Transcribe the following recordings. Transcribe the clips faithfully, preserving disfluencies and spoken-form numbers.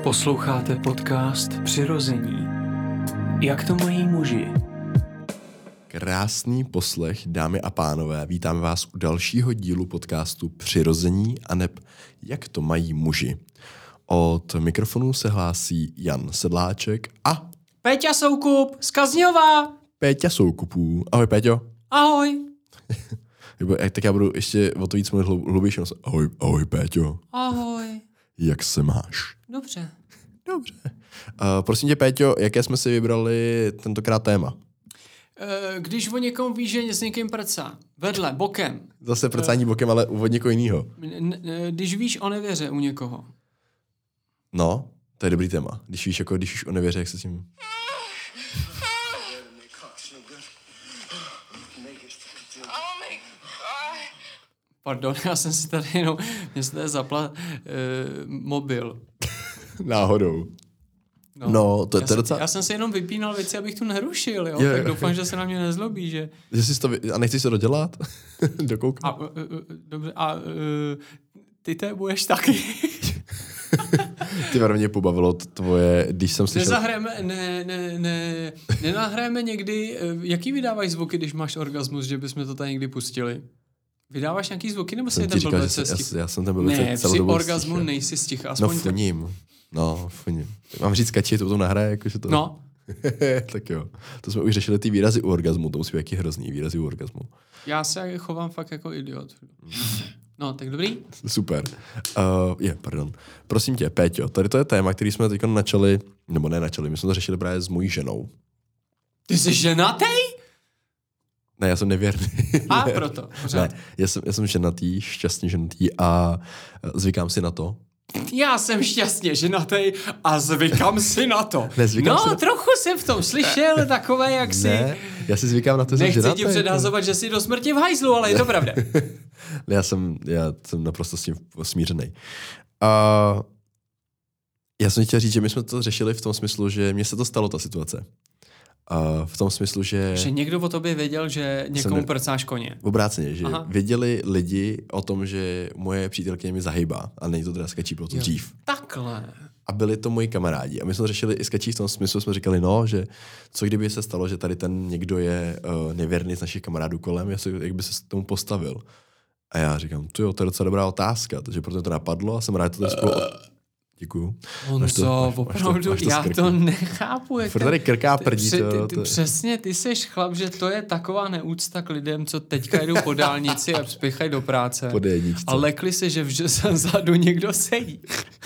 Posloucháte podcast Přirození. Jak to mají muži? Krásný poslech, dámy a pánové. Vítáme vás u dalšího dílu podcastu Přirození aneb Jak to mají muži. Od mikrofonu se hlásí Jan Sedláček a Péťa Soukup z Kazňova. Péťa Soukupů. Ahoj, Péťo. Ahoj. Tak já budu ještě o to víc mluvit hlubější. Ahoj, ahoj, Péťo. Ahoj. Jak se máš? Dobře. Dobře. Uh, prosím tě, Péťo, jaké jsme si vybrali tentokrát téma? Uh, když o někom víš, že s někým prcá. Vedle, bokem. Zase prcání uh, bokem, ale od někoho jiného. Když víš o nevěře u někoho. No, to je dobrý téma. Když víš, jako, když víš o nevěře, jak se s tím... Pardon, já jsem si tady jenom, mě se tady zapla uh, mobil. Náhodou. No, no to, já, to je jsem, docela... já jsem si jenom vypínal věci, abych tu nerušil, jo? Je, Tak doufám, že se na mě nezlobí, že... že jsi to, a nechceš to dodělat? Dokoukat? A, uh, uh, dobře, a uh, ty to budeš taky. Ty mě pobavilo tvoje, když jsem slyšel... Nezahrajeme, ne, ne, ne, nenahrajeme někdy, jaký vydávají zvuky, když máš orgasmus, že bychom to tady někdy pustili? Vydáváš nějaký zvuky, nebo jsi ten blbec se stich? Já, já jsem ten blbec ne, celou při dobu orgasmu sticha. nejsi sticha. Aspoň No funím. Tak... No funím. Mám říct kači, to potom nahraje, jakože to... No. Tak jo. To jsme už řešili ty výrazy u orgasmu, to musí být jaký hrozný výrazy u orgasmu. Já se chovám fakt jako idiot. No, tak dobrý. Super. Uh, je, pardon. Prosím tě, Péťo, tady to je téma, který jsme teď načali, nebo ne načali, my jsme to řešili právě s mojí ženou. Ty jsi ženatej? Ne, já jsem nevěrný. A proto, pořád. Ne, já jsem, já jsem ženatý, šťastně ženatý a zvykám si na to. Já jsem šťastně ženatý a zvykám si na to. Ne, zvykám no, si na... trochu jsem v tom slyšel takové, jak si... Ne, já si zvykám na to, že jsem ženatý. Nechci ti předhazovat, že jsi do smrti v hajzlu, ale je to pravda. Ne, já jsem, já jsem naprosto s tím smířený. Uh, já jsem chtěl říct, že my jsme to řešili v tom smyslu, že mně se to stalo, ta situace. Uh, v tom smyslu, že... Že někdo o tobě věděl, že někomu jsem... prcáš koně. Obráceně, že Aha. věděli lidi o tom, že moje přítelkyně mi zahýbá, a není to teda skačí, bylo to dřív. Takhle. A byli to moji kamarádi. A my jsme řešili i skačí v tom smyslu, jsme říkali, no, že co kdyby se stalo, že tady ten někdo je uh, nevěrný z našich kamarádů kolem, jak by se k tomu postavil. A já říkám, to jo, to je docela dobrá otázka, takže proto to napadlo a jsem rád, že to tady spolu... Děkuju. Honzo, opravdu, máš to, máš to já to nechápu. Jak Furt tady krká prdí. Ty, to, ty, to... Přesně, ty seš chlap, že to je taková neúcta k lidem, co teďka jdou po dálnici a spěchají do práce. Po jedničce. A lekli se, že vždy vzadu někdo sedí.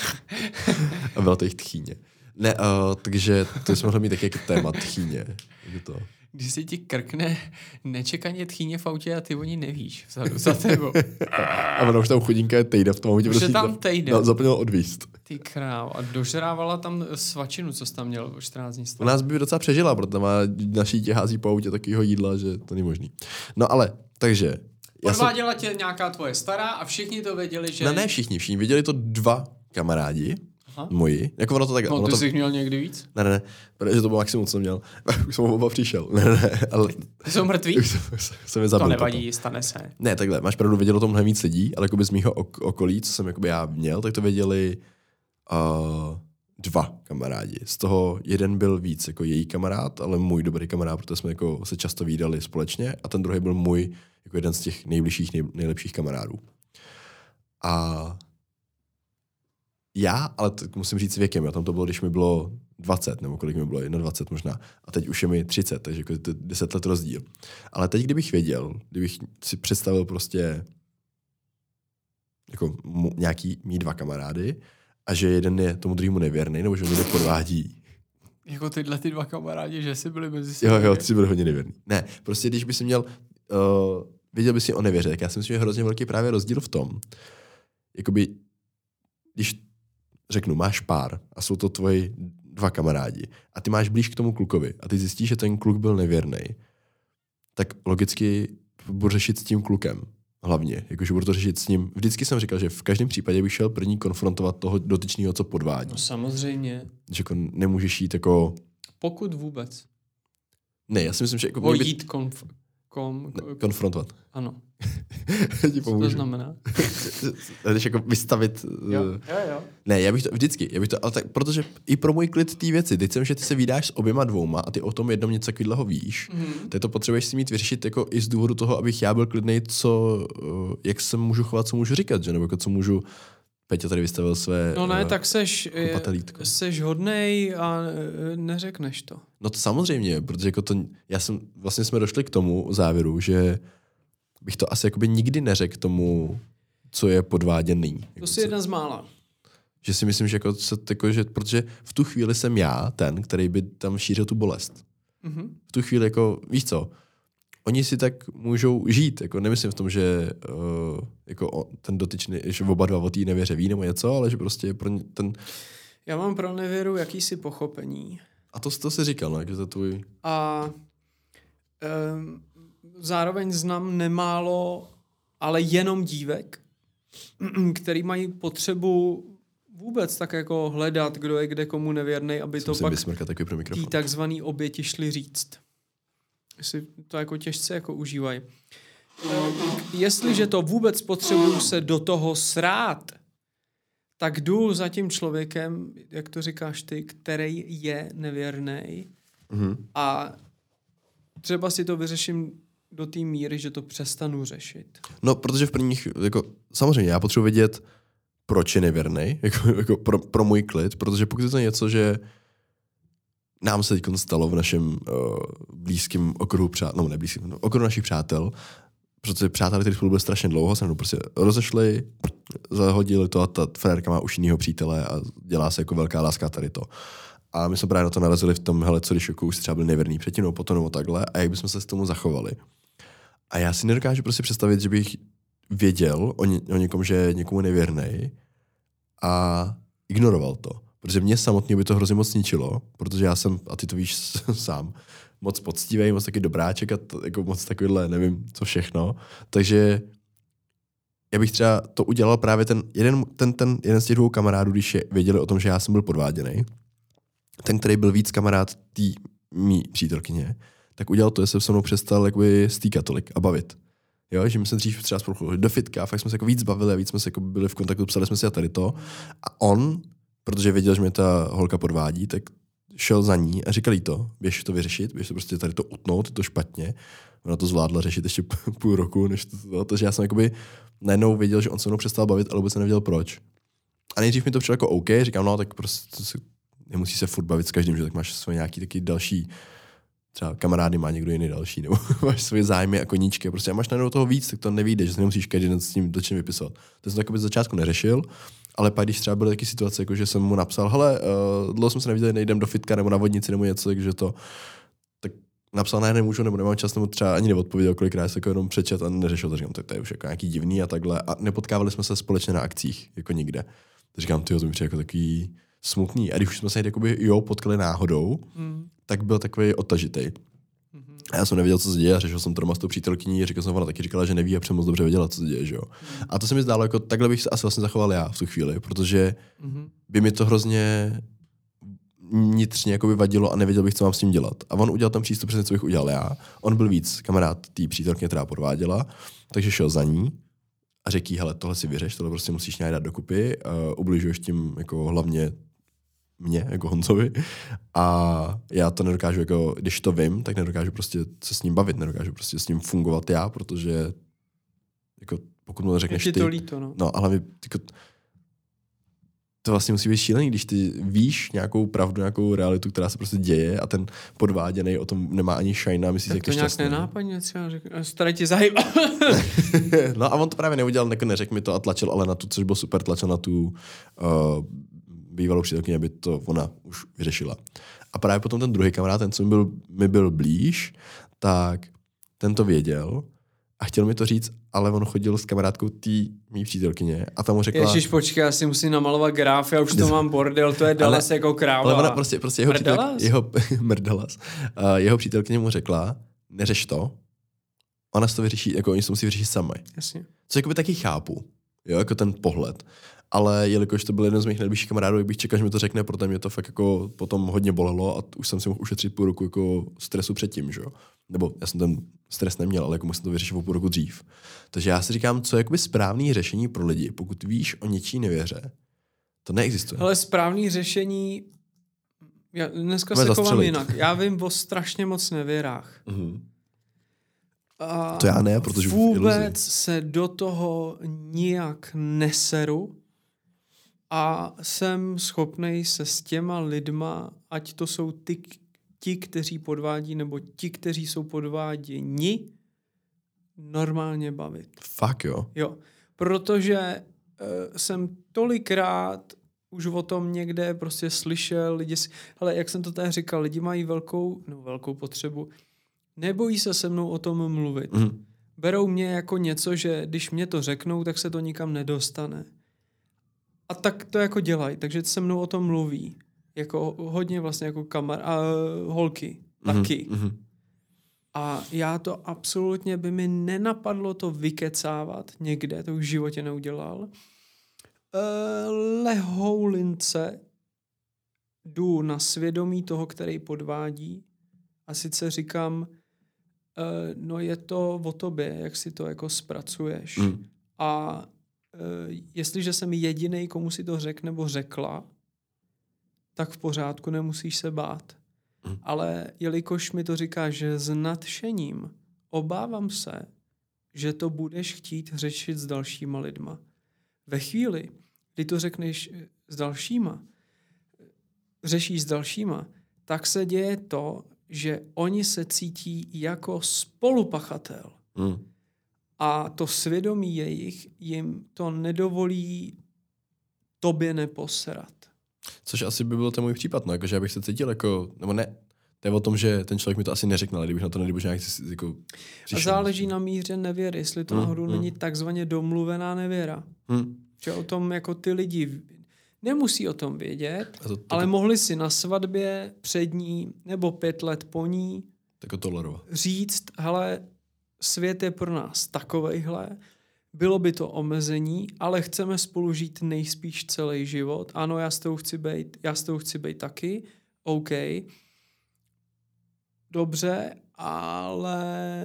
A byla to jich tchýně. Ne, uh, takže to jsme mohli mít taky jako téma tchýně. To... Když si ti krkne nečekaně tchýně v autě a ty o ní nevíš vzadu za tebou. A ona už tam chudinka je tejda v tom autě. Už prostě je tam tejda. No, zaplnilo odvízt. Ty kráv. A dožrávala tam svačinu, co jsi tam měl o čtrnáct dní. U nás by docela přežila, protože má naší tě hází po autě takového jídla, že to není možný. No ale, takže... Podváděla jsem... tě nějaká tvoje stará a všichni to věděli, že... No ne všichni, všichni. Viděli to dva kamarádi. Aha. Moji. Jako ono to tak... No ono ty to... jsi měl někdy víc? Ne, ne, ne. Protože to bylo maximum, co jsem měl. Už jsem oba přišel. Ne, ne, ale... Ty jsou mrtví? Už jsem, jsem je zabil. To nevadí, potom. Stane se. Ne, takhle, máš pravdu, vědělo to mnohem víc lidí, ale jakoby z mýho ok- okolí, co jsem jakoby já měl, tak to věděli uh, dva kamarádi. Z toho jeden byl víc jako její kamarád, ale můj dobrý kamarád, protože jsme jako se často vídali společně, a ten druhý byl můj jako jeden z těch nejbližších, nej, nejlepších kamarádů. A já, ale to musím říct věkem, já tam to bylo, když mi bylo dvacet, nebo kolik mi bylo, dvacet jedna možná. A teď už je mi třicet, takže jako to deset let rozdíl. Ale teď, kdybych věděl, kdybych si představil prostě jako mu, nějaký mý dva kamarády a že jeden je tomu druhému nevěrný, nebo že někde podvádí. Jako tyhle ty dva kamarádi, že jsi byli mezi sebou. Jo, jo, ty jsi byl hodně nevěrný. Ne, prostě když by si měl, uh, věděl by si o nevěře, tak já si myslím, že je hrozně velký právě rozdíl v tom, jakoby, když řeknu, máš pár a jsou to tvoji dva kamarádi a ty máš blíž k tomu klukovi a ty zjistíš, že ten kluk byl nevěrný, tak logicky budu řešit s tím klukem hlavně, jakože budu to řešit s ním. Vždycky jsem říkal, že v každém případě bych šel první konfrontovat toho dotyčného, co podvádí. No samozřejmě. Že jako nemůžeš jít jako... Pokud vůbec. Ne, já si myslím, že... Jako Vojít konf... Kom, ne, konfrontovat. Ano. Co to znamená? Když jako vystavit... Jo, jo, jo. Ne, já bych to vždycky, já bych to, ale tak, protože i pro můj klid té věci, teď jsem, že ty se vydáš s oběma dvouma a ty o tom jednom něco takového víš, mm. tak to potřebuješ si mít vyřešit jako i z důvodu toho, abych já byl klidnej, co, jak se můžu chovat, co můžu říkat, že? Nebo jako co můžu... Peťa tady vystavil své... No ne, uh, tak seš, seš hodnej a neřekneš to. No to samozřejmě, protože jako to, já jsem, vlastně jsme došli k tomu závěru, že bych to asi jakoby nikdy neřekl tomu, co je podváděný. To jako jsi co, jedna z mála. Že si myslím, že jako, co, jako, že protože v tu chvíli jsem já ten, který by tam šířil tu bolest. Mm-hmm. V tu chvíli jako, víš co, oni si tak můžou žít, jako nemyslím v tom, že uh, jako ten dotyčný, že oba dva o té nevěře ví nebo něco, ale že prostě pro ten... Já mám pro nevěru jakýsi pochopení. A to, to jsi říkal, ne? Že to tvůj... A um, zároveň znám nemálo, ale jenom dívek, který mají potřebu vůbec tak jako hledat, kdo je kde komu nevěrnej, aby Jsem to pak tý takzvaný oběti šli říct. Si to jako těžce jako užívají. Jestliže to vůbec potřebuju se do toho srát, tak jdu za tím člověkem, jak to říkáš ty, který je nevěrnej mm-hmm. a třeba si to vyřeším do té míry, že to přestanu řešit. No, protože v prvních, jako samozřejmě já potřebuji vědět, proč je nevěrnej, jako, jako pro, pro můj klid, protože pokud je to něco, že nám se teď stalo v našem uh, blízkém okruhu přátel, no ne blízkém, no, okruhu našich přátel, protože přátelé, kteří spolu byli strašně dlouho, se prostě rozešli, zahodili to a ta frérka má už jinýho přítele a dělá se jako velká láska tady to. A my jsme právě na to narazili v tom, hele, co když jako už třeba byl nevěrný předtím, nebo potom nebo takhle, a jak bychom se s tomu zachovali. A já si nedokážu prostě představit, že bych věděl o, ně, o někom, že je někomu nevěrnej a ignoroval to. Protože mě samotně by to hrozně moc ničilo, protože já jsem, a ty to víš sám, moc poctivý, moc taky dobráček a to, jako moc takovýhle, nevím, co všechno. Takže já bych třeba to udělal právě ten jeden, ten, ten jeden z těch dvou kamarádů, když je, věděli o tom, že já jsem byl podváděný, ten, který byl víc kamarád té mý přítelkyně, tak udělal to, že jsem se mnou přestal jakoby stýkat tolik a bavit. Jo, že my jsme dřív třeba spolu do fitka, fakt jsme se jako víc bavili a víc jsme se jako byli v kontaktu, psali jsme si a tady to. A on, protože věděl, že mě ta holka podvádí, tak šel za ní a říkal jí to, běž to vyřešit, běž to prostě tady to utnout, je to špatně. Ona to zvládla řešit ještě půl roku, než to, to, takže já jsem jakoby najednou věděl, že on se mnou přestal bavit, ale vůbec nevěděl proč. A nejdřív mi to přišlo jako OK, říkám, no tak prostě se, nemusí se furt bavit s každým, že tak máš svoje nějaký taky další, třeba kamarády má někdo jiný další, nebo máš svoje zájmy a koníčky, a prostě a máš najednou toho víc, tak to nevyjde, že se nemusíš každý den s tím dočím vypisovat. To jsem to z začátku neřešil, ale pak když třeba byly taky situace, jako že jsem mu napsal, hele, uh, dlouho jsme se neviděli, nejdem do fitka nebo na vodnici nebo něco, takže to, tak napsal, ne, nemůžu, nebo nemám čas, nebo třeba ani neodpověděl, kolikrát jsem jako jenom přečet a neřešil to, říkám, to, to je už jako nějaký divný a takhle, a nepotkávali jsme se společně na akcích, jako nikde. To říkám, tyjo, to mi přijde jako takový smutný. A když už jsme se jakoby, jo, potkali náhodou, mm. tak byl takový odtažitej. Mm-hmm. A já jsem nevěděl, co se děje, a řešil jsem to doma s tou přítelkyní, a říkal jsem, ona taky říkala, že neví a přem moc dobře věděla, co se děje, že jo. Mm. A to se mi zdálo, jako takhle bych se asi vlastně zachoval já v tu chvíli, protože mm-hmm. by mi to hrozně vnitřně jako by vadilo a nevěděl bych, co mám s tím dělat. A on udělal ten přístup přesně, co bych udělal já. On byl víc kamarád té přítelkyně, která podváděla, takže šel za ní a řekl jí, hele, tohle si vyřeš, tohle prostě musíš nějak dát dokupy, uh, ubližuješ tím jako hlavně mě, jako Honzovi. A já to nedokážu, jako, když to vím, tak nedokážu prostě se s ním bavit, nedokážu prostě s ním fungovat já, protože jako, pokud mu to řekneš ty... Je to líto, no. No, ale jako, to vlastně musí být šílený, když ty víš nějakou pravdu, nějakou realitu, která se prostě děje a ten podváděnej o tom nemá ani šajna a myslíš, jak to nějak nenápadně třeba řekne, starý ti zahýba. No a on to právě neudělal, jako neřekl mi to a tlačil ale na tu, což bylo super, tlačil na tu uh, bývalou přítelkyni, aby to ona už vyřešila. A právě potom ten druhý kamarád, ten, co mi byl, mi byl blíž, tak ten to věděl a chtěl mi to říct, ale on chodil s kamarádkou té mý přítelkyně a tam mu řekla... Ježiš, počkej, já si musím namalovat graf, já už to mám bordel, to je Dallas jako kráva. Ale ona prostě, prostě jeho přítelkyně... Jeho, Mrdalas. Uh, jeho přítelkyně mu řekla, neřeš to, ona si to vyřeší, jako oni se musí vyřešit sami. Jasně. Co jakoby taky chápu, jo, jako ten pohled. ale jelikož to byl jeden z mých nejbližších kamarádů, jak bych čekal, že mi to řekne, protože mě to fakt jako potom hodně bolelo a už jsem si mohl ušetřit půl roku jako stresu předtím, že jo. Nebo já jsem ten stres neměl, ale jako musím to vyřešit o půl roku dřív. Takže já si říkám, co je jakoby správný řešení pro lidi, pokud víš o něčí nevěře, to neexistuje. Ale správný řešení, já dneska se chovám jinak. Já vím o strašně moc nevěrách. Mm-hmm. A to já ne, protože vůbec se do toho nijak neseru a jsem schopnej se s těma lidma, ať to jsou ty, ti, kteří podvádí, nebo ti, kteří jsou podváděni, normálně bavit. Fakt jo? Jo, protože uh, jsem tolikrát už o tom někde prostě slyšel, lidi si, hele, jak jsem to tady říkal, lidi mají velkou, no, velkou potřebu, nebojí se se mnou o tom mluvit. Mm. Berou mě jako něco, že když mě to řeknou, tak se to nikam nedostane. A tak to jako dělají, takže se mnou o tom mluví. Jako hodně vlastně jako kamar a uh, holky taky. Mm-hmm. A já to absolutně by mi nenapadlo to vykecávat někde, to už v životě neudělal. Uh, lehoulince jdu na svědomí toho, který podvádí a sice říkám, Uh, no je to o tobě, jak si to jako zpracuješ. Mm. A uh, jestliže jsem jedinej, komu si to řekl nebo řekla, tak v pořádku, nemusíš se bát. Mm. Ale jelikož mi to říkáš s nadšením, obávám se, že to budeš chtít řešit s dalšíma lidma. Ve chvíli, kdy to řekneš s dalšíma, řešíš s dalšíma, tak se děje to, že oni se cítí jako spolupachatel. Hmm. A to svědomí jejich jim to nedovolí tobě neposrat. Což asi by byl ten můj případ, no, jakože já bych se cítil jako, nebo ne, to je o tom, že ten člověk mi to asi neřekne, ale kdybych na to nedýbož nějak jako přišel. A záleží na míře nevěry, jestli to hmm. náhodou hmm. není takzvaně domluvená nevěra. Hmm. Že o tom jako ty lidi nemusí o tom vědět, to, to, ale to... mohli si na svatbě před ní nebo pět let po ní tak tolerovat. Říct, hele, svět je pro nás takovejhle, bylo by to omezení, ale chceme spolu žít nejspíš celý život. Ano, já s tou chci být, já s tou chci být taky, OK. Dobře, ale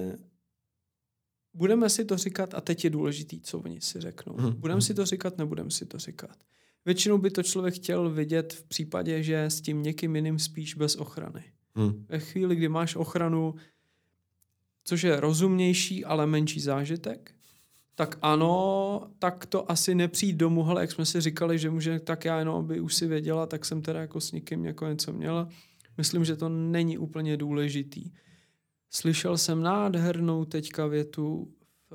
budeme si to říkat, a teď je důležitý, co oni si řeknou. Hmm. Budeme si to říkat, nebudeme si to říkat. Většinou by to člověk chtěl vidět v případě, že s tím někým jiným spíš bez ochrany. Hmm. Ve chvíli, kdy máš ochranu, což je rozumnější, ale menší zážitek, tak ano, tak to asi nepřijít domů, hele, jak jsme si říkali, že může, tak já jenom, aby už si věděla, tak jsem teda jako s někým jako něco měla. Myslím, že to není úplně důležitý. Slyšel jsem nádhernou teďka větu,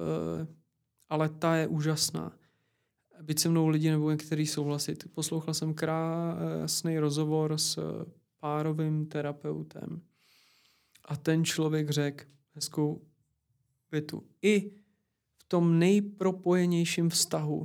ale ta je úžasná. Byť se mnou lidi nebo některý souhlasit. Poslouchal jsem krásný rozhovor s párovým terapeutem a ten člověk řekl hezkou větu. I v tom nejpropojenějším vztahu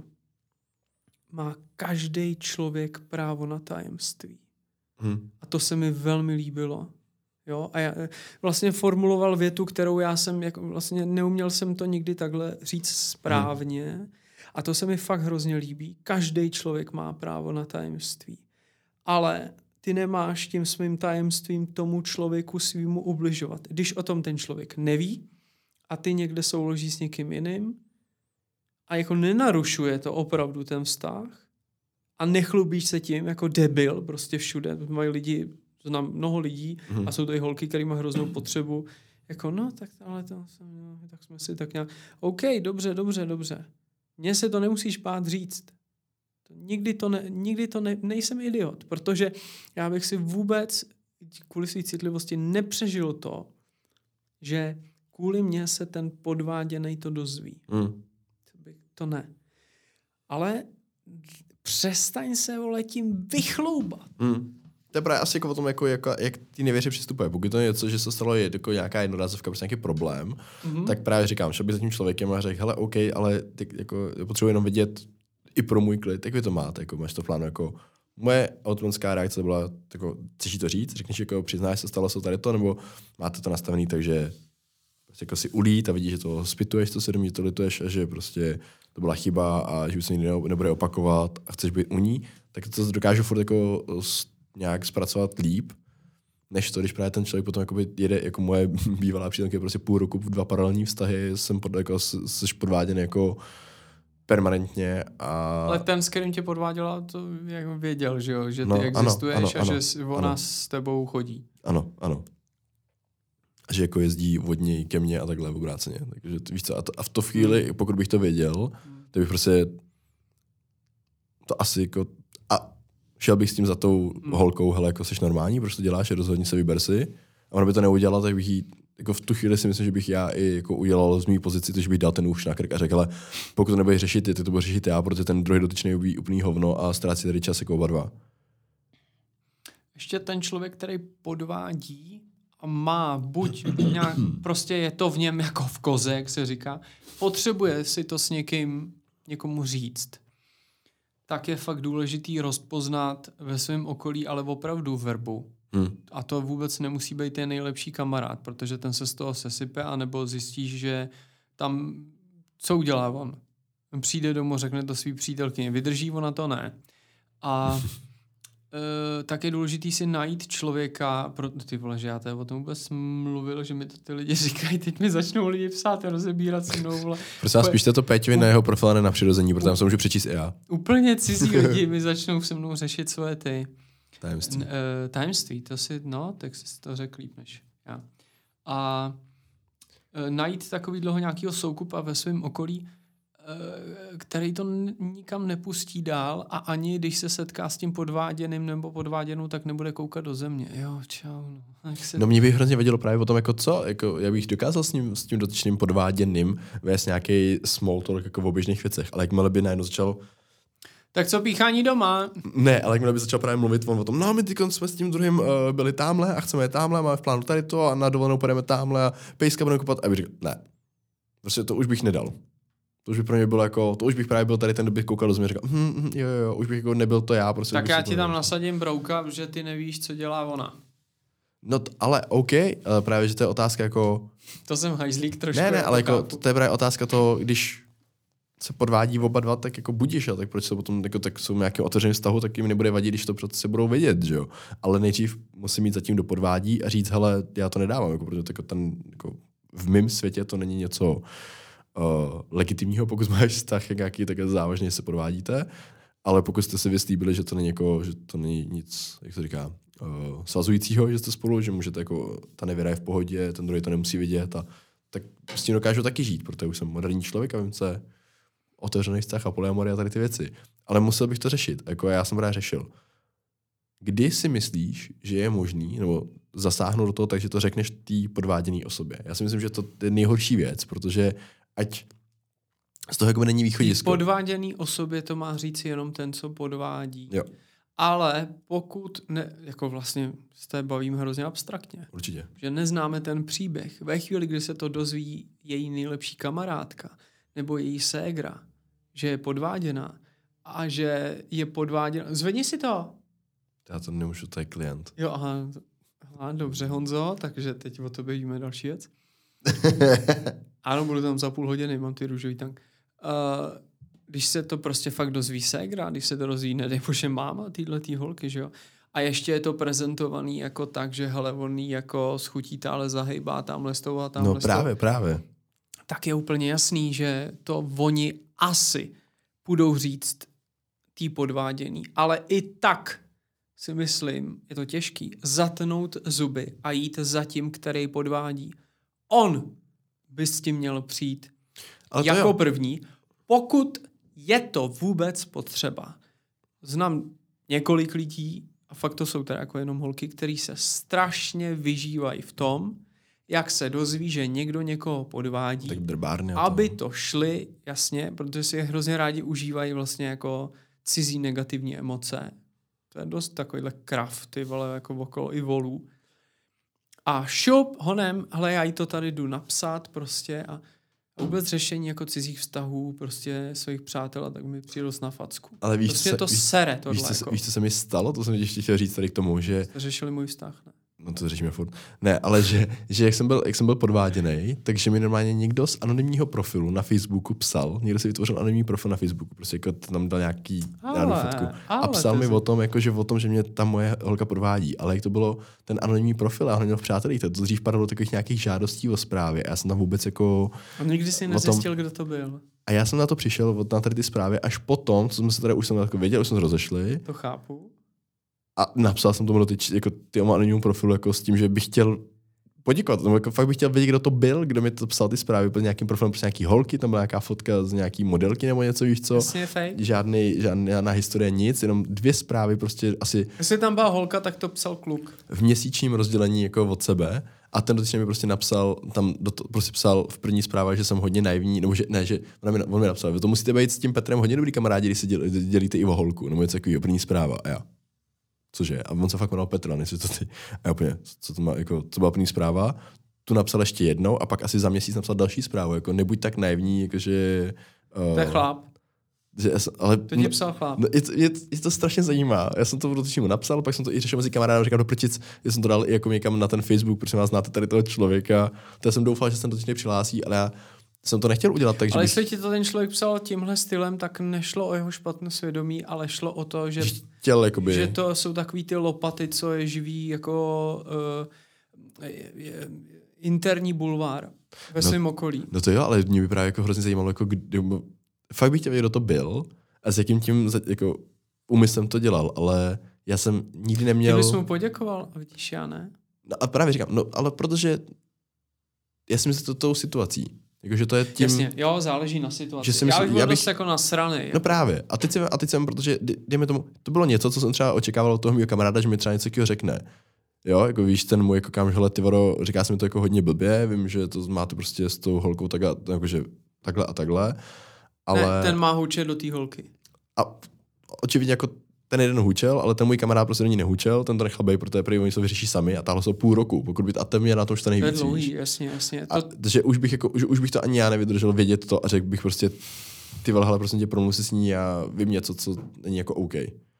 má každý člověk právo na tajemství. Hmm. A to se mi velmi líbilo. Jo? A já vlastně formuloval větu, kterou já jsem, jako vlastně neuměl jsem to nikdy takhle říct správně. Hmm. A to se mi fakt hrozně líbí. Každý člověk má právo na tajemství. Ale ty nemáš tím svým tajemstvím tomu člověku svýmu ubližovat. Když o tom ten člověk neví a ty někde souloží s někým jiným a jako nenarušuje to opravdu ten vztah a nechlubíš se tím jako debil prostě všude. Mají lidi, znám mnoho lidí a jsou to i holky, které mají hroznou potřebu. Jako no, tak ale to, no, tak jsme si tak nějak... OK, dobře, dobře, dobře. Mně se to nemusíš bát říct. Nikdy to, ne, nikdy to ne, nejsem idiot, protože já bych si vůbec kvůli své citlivosti nepřežil to, že kvůli mně se ten podváděnej to dozví. Mm. To ne. Ale přestaň se, vole, tím vychloubat. Mm. To je právě asi jako o tom, jako, jako, jak ty nevěři přistupuje. Pokud to je něco, že se stalo je jako nějaká jednorázovka, prostě nějaký problém, mm-hmm. tak právě říkám, šel bych za tím člověkem a řekl, hele, OK, ale ty, jako, potřebuji jenom vidět i pro můj klid, jak vy to máte, jako máš to v plánu, jako moje automatická reakce byla, jako, chceš to říct, řekneš, jako přiznáš se, stalo se tady to, nebo máte to nastavený, takže prostě jako si ulít a vidíš, že to zpituješ, to svědomí, to lituješ a že prostě to byla chyba a že už se nikdy nebude opakovat a chceš být u ní, tak to dokážu furt jako nějak zpracovat líp, než to, když právě ten člověk potom jakoby jede, jako moje bývalá přítelkyně, prostě půl roku v dva paralelní vztahy, jsem pod, jako, seš podváděn jako permanentně. A... Ale ten, s kterým tě podváděla, to jako věděl, že jo? Že ty no, existuješ ano, ano, a ano, že ona ano. s tebou chodí. Ano, ano. A že jako jezdí od něj ke mně a takhle obráceně. Takže víš co, a, to, a v to chvíli, hmm. pokud bych to věděl, hmm. tak bych prostě to asi jako... A šel bych s tím za tou hmm. holkou, hele, jako seš normální, proč to děláš, rozhodně se vyber si. A ona by to neudělala, tak bych jí, jako v tu chvíli si myslím, že bych já i jako udělal z mý pozici, to, že bych dal ten nůž na krk a řekl, ale pokud to nebudeš řešit ty, tak to bude řešit já, protože ten druhý dotyčný je úplný hovno a ztrácí tady čas jako oba dva. Ještě ten člověk, který podvádí a má buď nějak, prostě je to v něm jako v koze, jak se říká, potřebuje si to s někým, někomu říct, tak je fakt důležitý rozpoznat ve svém okolí, ale opravdu verbu. Hmm. A to vůbec nemusí být ten nejlepší kamarád, protože ten se z toho sesype, anebo zjistíš, že tam, co udělá on? On přijde domů, řekne to svý přítelkyni, vydrží ona to ne. A e, tak je důležitý si najít člověka, pro, ty vole, že já tady o tom vůbec mluvil, že mi to ty lidi říkají, teď mi začnou lidi psát a rozebírat se mnou, vole. Prosím vás, píšte to Péťovi na jeho profil, ne na přirození, protože tam se můžu přečíst i já. Úplně cizí lidi mi začnou se mnou řešit svoje ty tajemství. N, uh, tajemství, to si, no, tak jsi to řekl líp než já. A uh, najít takovýhleho nějakého soukupa ve svém okolí, uh, který to n- nikam nepustí dál a ani když se setká s tím podváděným nebo podváděnou, tak nebude koukat do země. Jo, čau. No, se... no mě by hrozně vadilo právě o tom, jako co, jako já bych dokázal s ním, s tím dotyčným podváděným vést nějaký small talk jako v oběžných věcech, ale jakmile by najednou začal tak co píchání doma? Ne, ale jakmile by začal právě mluvit on o tom, no my tyko jsme s tím druhým uh, byli támhle a chceme je támhle, máme v plánu tady to a na dovolenou půjdeme támhle a pejska budeme kupat. A bych řekl, ne, prostě to už bych nedal. To už by pro mě bylo jako, to už bych právě byl tady ten, kdo bych koukal do země a říkal, hm, hm, jo, jo, už bych jako nebyl to já. Prostě tak já ti tam nasadím brouka, že ty nevíš, co dělá ona. No t- ale OK, ale právě, že to je otázka jako... To jsem hajzlík trošku. Ne, ne, ale jako, to, to je právě otázka to, když se podvádí oba dva, tak jako budíš, a tak proč se potom jako, tak jsou nějakým otevřeným vztahu, tak jim nebude vadit, když to se budou vědět, že jo. Ale nejdřív musím mít zatím do podvádí a říct, hele, já to nedávám, jako, protože jako ten, jako, v mém světě to není něco uh, legitimního, pokud máš vztah nějaký, tak závažně se podvádíte, ale pokud jste se vyslíbili, že to není jako, že to není nic, jak se říká, uh, svazujícího, že jste spolu, že můžete jako, ta nevěra je v pohodě, ten druhý to nemusí vidět, a tak s tím dokážu taky žít, protože už jsem moderní člověk a vím, co je otevřený vztah a polyamorie a tady ty věci. Ale musel bych to řešit, jako já jsem právě řešil. Kdy si myslíš, že je možný, nebo zasáhnout do toho, takže to řekneš té podváděné osobě? Já si myslím, že to je nejhorší věc, protože ať z toho jako není východisko. Podváděný osobě to má říct jenom ten, co podvádí. Jo. Ale pokud, ne, jako vlastně se té bavím hrozně abstraktně. Určitě. Že neznáme ten příběh. Ve chvíli, kdy se to dozví její nejlepší kamarádka nebo její ségra, že je podváděná a že je podváděná. Zvedni si to. Já to nemůžu, to je klient. Jo, aha. aha dobře, Honzo, takže teď o tobě víme další věc. Ano, budu tam za půl hodiny, mám ty růžový tank. Uh, když se to prostě fakt dozví ségra, když se to dozví, nedej bože, máma týhletý holky, že jo? A ještě je to prezentovaný jako tak, že hele, on jí jako schutí tále zahejbá tamhle s tou a tamhle No právě, právě. Tak je úplně jasný, že to oni asi budou říct tý podváděný. Ale i tak si myslím, je to těžký, zatnout zuby a jít za tím, který podvádí. On by s tím měl přijít ale jako první, pokud je to vůbec potřeba. Znám několik lidí, a fakt to jsou teda jako jenom holky, který se strašně vyžívají v tom, jak se dozví, že někdo někoho podvádí, tak drbárně, aby to šli, jasně, protože si je hrozně rádi užívají vlastně jako cizí negativní emoce. To je dost takovýhle krav, ty vole, jako okolo i volů. A šup, honem, hele, já jí to tady jdu napsat prostě a vůbec řešení jako cizích vztahů, prostě svých přátel a tak mi přijde na facku. Ale víš, prostě se, to víš, sere tohle. Víš, co, jako. víš, co se mi stalo? To jsem ještě chtěl říct tady k tomu, že... Jste řešili můj vztah, ne? No to řešíme furt. Ne, ale že, že jak, jsem byl, jak jsem byl podváděnej, takže mi normálně někdo z anonymního profilu na Facebooku psal, někdo si vytvořil anonymní profil na Facebooku, prostě jako tam dal nějaký ale, fotku a psal mi o tom, jako, že o tom, že mě ta moje holka podvádí, ale jak to bylo ten anonymní profil, já ho neměl v přátelích, to dřív padalo takových nějakých žádostí o zprávě a já jsem tam vůbec jako... A nikdy si nezjistil, tom, kdo to byl. A já jsem na to přišel od na tady ty zprávy až potom, co jsme se teda už jsem jako věděl, už jsme se rozešli. To chápu. A napsal jsem tomu do ty, jako tymu anonymnímu profilu jako s tím, že bych chtěl poděkovat. No, jako fakt bych chtěl vědět, kdo to byl, kdo mi to psal ty zprávy pod nějakým profilem, prostě nějaký holky, tam byla nějaká fotka z nějaký modelky nebo něco, víš co. Jasně, fake. Žádný, žádná historie, nic, jenom dvě zprávy prostě asi... Jestli tam byla holka, tak to psal kluk. V měsíčním rozdělení jako od sebe a ten dotyčný mi prostě napsal, tam do to, prostě psal v první zprávě, že jsem hodně naivní, nebo že, ne, že on mi, on mi napsal, vy to musíte být s tím Petrem hodně dobrý kamarádi, když se děl, dělíte i o holku, nebo něco takového, první zpráva a já. Cože? A on se fakt jmenoval Petra, než to ty. A já úplně, co to má, jako, co byla první zpráva, tu napsal ještě jednou a pak asi za měsíc napsal další zprávu, jako nebuď tak naivní, jakože... Uh, to je chlap. Že, ale, to ti psal chlap. No, je, je, je, to strašně zajímá. Já jsem to dotyčnému napsal, pak jsem to i řešil mezi kamarádem, říkal do prčic, já jsem to dal i jako někam na ten Facebook, protože vás znáte tady toho člověka. To já jsem doufal, že se ten dotyčný přihlásí, ale já jsem to nechtěl udělat. Takže ale bych... jestli ti to ten člověk psal tímhle stylem, tak nešlo o jeho špatné svědomí, ale šlo o to, že, Chtěl, jakoby... že to jsou takový ty lopaty, co je živý jako uh, je, je, interní bulvár ve svém no, okolí. No to jo, ale mě by právě jako hrozně zajímalo, jako kdy, fakt bych chtěl vědět, kdo to byl a s jakým tím jako úmyslem to dělal, ale já jsem nikdy neměl... Ty bys mu poděkoval, a vidíš, já ne. No a právě říkám, no ale protože já si myslím, že to tou situací. Jakože to je tím... Jasně, jo, záleží na situaci. Že si myslím, já bych byl já bych... dost jako nasranej. No právě. A teď jsem, a teď jsem, protože dejme tomu, to bylo něco, co jsem třeba očekával od toho mého kamaráda, že mi třeba něco takového řekne. Jo, jako víš, ten můj jako kámoš, hele, ty vado, říká se mi to jako hodně blbě, vím, že to máte prostě s tou holkou tak a, jakože, takhle a takhle, ale... Ne, ten má hučet do té holky. A očividně jako ten jeden hučel, ale ten můj kamarád prostě do ní nehučel, ten to nechal být, protože prý oni se vyřeší sami a táhle jsou půl roku, pokud by a ten mě na tom štve nejvíc. To je dlouhý, jasně, jasně. To... A, že už bych, jako, už, už bych to ani já nevydržel vědět to a řekl bych prostě, ty vole, hele, prostě tě promluv si s ní a vím něco, co není jako OK.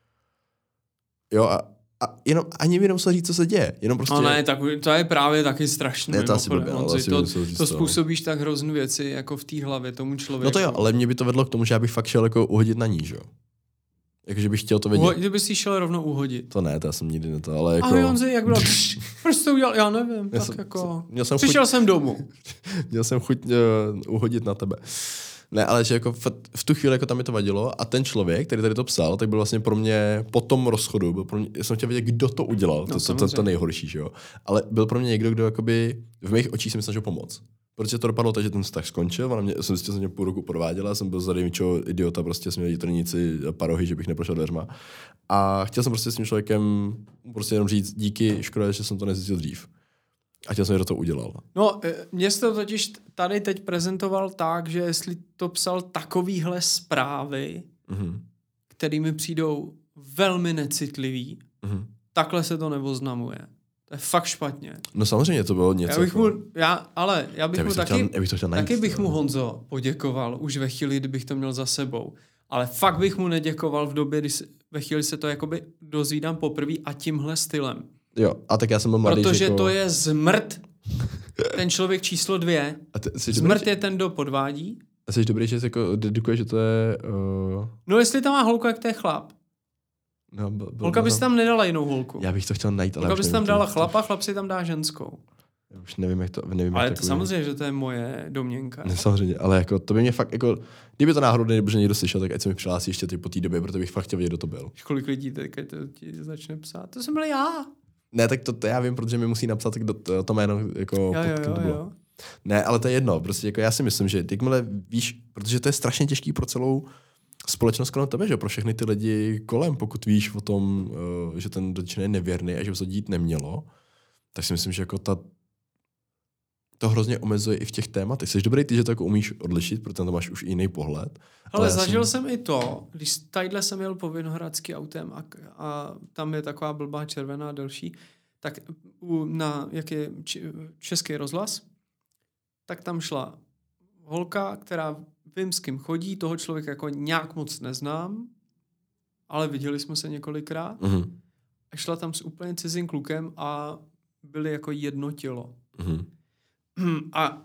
Jo a A jenom, ani mi nemusel říct, co se děje. Jenom prostě... No ne, tak, to je právě taky strašné. Ne, to asi blbě, ale asi to, říct, to způsobíš tak hrozný věci jako v té hlavě tomu člověku. No to jo, ale mě by to vedlo k tomu, že já bych fakt šel jako uhodit na ní, že jo? Jakože bych chtěl to vědět. Uho, kdyby si šel rovnou uhodit. To ne, to já jsem nikdy ne to, ale jako... Ahoj Honzi, jak bylo? Proč to udělal? Já nevím, já tak jsem, jako... Měl jsem Přišel chuť, jsem domů. Měl jsem chuť uh, uhodit na tebe. Ne, ale že jako v, v tu chvíli jako tam mi to vadilo a ten člověk, který tady to psal, tak byl vlastně pro mě po tom rozchodu, byl pro mě, já jsem chtěl vědět, kdo to udělal, no, to, to, to, to nejhorší, že jo. Ale byl pro mě někdo, kdo jakoby v mých očích se mi snažil pomoct. Protože to dopadlo tak, že ten vztah skončil, ona mě, já jsem zjistil, že jsem mě půl roku podváděla, jsem byl za největšího idiota, prostě jsem měl jitrníci parohy, že bych neprošel dveřma. A chtěl jsem prostě s tím člověkem prostě jenom říct díky, škoda, že jsem to nezjistil dřív. A chtěl jsem, že to udělal. No, mě jsi to totiž tady teď prezentoval tak, že jestli to psal takovýhle zprávy, mm-hmm. které mi přijdou velmi necitlivý, mm-hmm. takhle se to neoznamuje. To je fakt špatně. No samozřejmě to bylo něco. Já bych mu, já, ale já bych, já bych mu taky, chtěl, bych to taky bych mu, Honzo, poděkoval už ve chvíli, kdybych to měl za sebou. Ale fakt bych mu neděkoval v době, kdy se, ve chvíli se to jakoby dozvídám poprvé a tímhle stylem. Jo, a tak já jsem byl mladý, protože jako... to je zmrt. Ten člověk číslo dvě. A ty, zmrt dobrý, je ten, kdo podvádí. A jsi dobrý, že jsi jako dedukuje, že to je... Uh... No jestli tam má holku, jak to je chlap. No, byl, byl, holka by si tam nedala jinou holku. Já bych to chtěl najít, ale... Holka by si tam dala chlapa, chlap si tam dá ženskou. Já už nevím, jak to... Nevím, ale jak to takový... samozřejmě, že to je moje domněnka. Ne, samozřejmě, ale jako to by mě fakt jako... Kdyby to náhodou nebude někdo slyšel, tak ať se mi přihlásí ještě ty po té době, protože bych fakt chtěl vědět, kdo to byl. Kolik lidí teďka to ti začne psát? To jsem byl já. Ne, tak to, to já vím, protože mi musí napsat kdo to, to jméno, jako jo, pod, jo, jo, to bylo. Jo. Ne, ale to je jedno, prostě jako já si myslím, že jakmile víš, protože to je strašně těžký pro celou společnost kolem tebe, že pro všechny ty lidi kolem, pokud víš o tom, uh, že ten dotyčný je nevěrný a že by to dít nemělo, tak si myslím, že jako ta to hrozně omezuje i v těch tématech. Jsi dobrý ty, že to jako umíš odlišit, protože tam máš už jiný pohled. Ale, ale zažil jsem... jsem i to, když tadyhle jsem jel po Vinohradský autem a, a tam je taková blbá červená delší, tak u, na jak je č, Český rozhlas, tak tam šla holka, která vím, s kým chodí, toho člověka jako nějak moc neznám, ale viděli jsme se několikrát. Mm-hmm. A šla tam s úplně cizím klukem a byli jako jedno tělo. Mm-hmm. A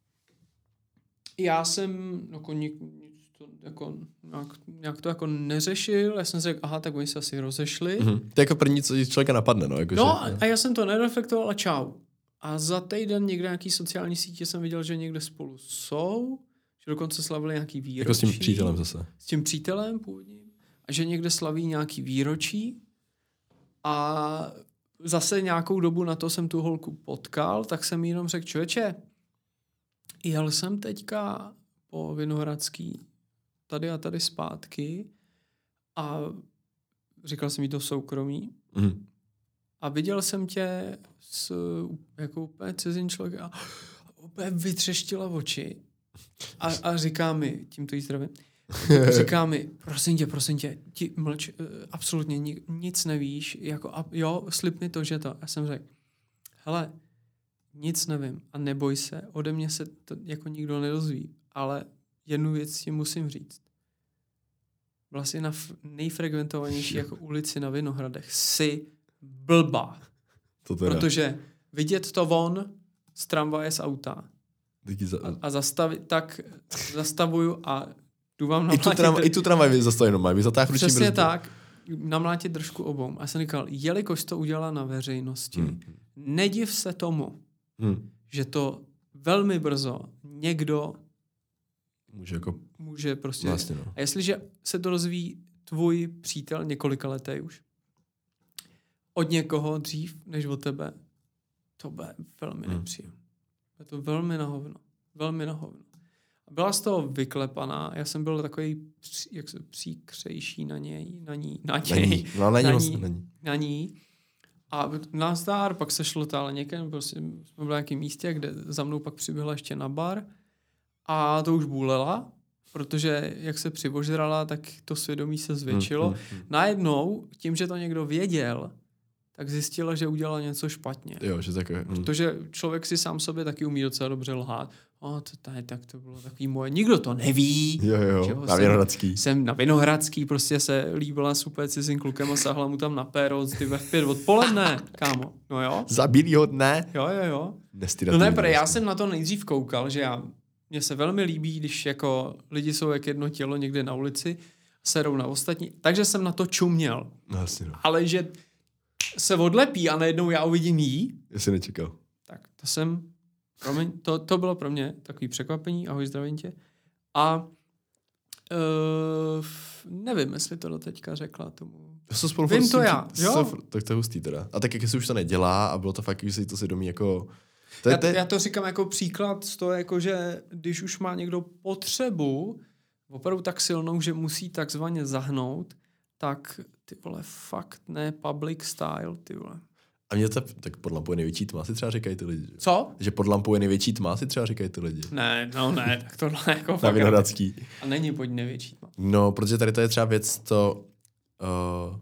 já jsem jako, nic to, jako nějak, nějak to jako neřešil, já jsem si řekl, aha, tak oni se asi rozešli. Mm-hmm. To je jako první, co člověka napadne, no. Jako no že, a já jsem to nereflektoval a čau. A za týden někde nějaký sociální sítě jsem viděl, že někde spolu jsou, že dokonce slavili nějaký výročí. Jako s tím přítelem zase. S tím přítelem původním. A že někde slaví nějaký výročí. A zase nějakou dobu na to jsem tu holku potkal, tak jsem jí jenom řekl, člověče, jel jsem teďka po Vinohradský tady a tady zpátky a říkal jsem jí to v soukromí. Mm. A viděl jsem tě s jako úplně cizím člověkem a úplně vytřeštila oči a, a říká mi, tímto jí zdravím, říká mi, prosím tě, prosím tě, ti mlč, absolutně ni, nic nevíš, jako a, jo, slib mi to, že to. Já jsem řekl, hele, nic nevím a neboj se, ode mě se to jako nikdo nedozví, ale jednu věc ti musím říct. Byla jsi na f- nejfrekventovanější jako ulici na Vinohradech. Jsi blbá. To teda. Protože vidět to von z tramvaje z auta Za... a, a zastavi, tak zastavuju a jdu vám I tu, namlátit... tram, I tu tramvaj zastaví jenom mají, zatáh ruční Přesně brzdu. tak. Namlátit držku obou. A jsem říkal, jelikož to udělala na veřejnosti, hmm. nediv se tomu, hmm. že to velmi brzo někdo může jako... Může prostě... Vlastně, no. A jestliže se to rozvíjí tvůj přítel několika letý už, od někoho dřív, než od tebe, to bude velmi hmm. nepříjemné. Je to velmi na hovno. Velmi na hovno. Byla z toho vyklepaná, já jsem byl takový jak se příkřejší na něj, na ní, na něj, no, na, na, ní, ní, na ní. na ní. A nazdár, pak se šlo tále někam, prostě jsme byli na nějakém místě, kde za mnou pak přiběhla ještě na bar a to už bůlela, protože jak se přivožrala, tak to svědomí se zvětšilo. Hmm, hmm, hmm. Najednou, tím, že to někdo věděl, tak zjistila, že udělala něco špatně. Jo, že takové, hmm. Protože člověk si sám sobě taky umí docela dobře lhát. O, to tady, tak to bylo takový moje. Nikdo to neví. Jo, jo, na Vinohradský. Jsem na Vinohradský, prostě se líbila s úplně cizím klukem a sáhla mu tam na péro, ty ve v pět odpoledne, kámo. No jo. Za bílýho dne. Jo, jo, jo. Nestidativý. No ne, pre, já jsem na to nejdřív koukal, že já, mně se velmi líbí, když jako lidi jsou jak jedno tělo někde na ulici, serou na ostatní, takže jsem na to čuměl. No, jasně, no. Ale že se odlepí a najednou já uvidím jí. Já si nečekal. Tak to jsem, promiň, to, to bylo pro mě takový překvapení, ahoj, zdravím tě. A uh, nevím, jestli to doteďka řekla tomu. To jsou spolu Vím to já, jo. Jsou, tak to je hustý teda. A tak jak jestli už to nedělá a bylo to fakt, že si to svědomí jako... To je, já, to je... já to říkám jako příklad z toho, jako že když už má někdo potřebu, opravdu tak silnou, že musí takzvaně zahnout, tak ty vole, fakt ne public style, ty vole. A mě to, tak pod lampou je největší tma, si třeba říkají ty lidi. Co? Že pod lampou je největší tma, si třeba říkají ty lidi. Ne, no ne, tak tohle jako Na fakt. Vinohradský. A není pod největší tma. No, protože tady to je třeba věc, to... Uh,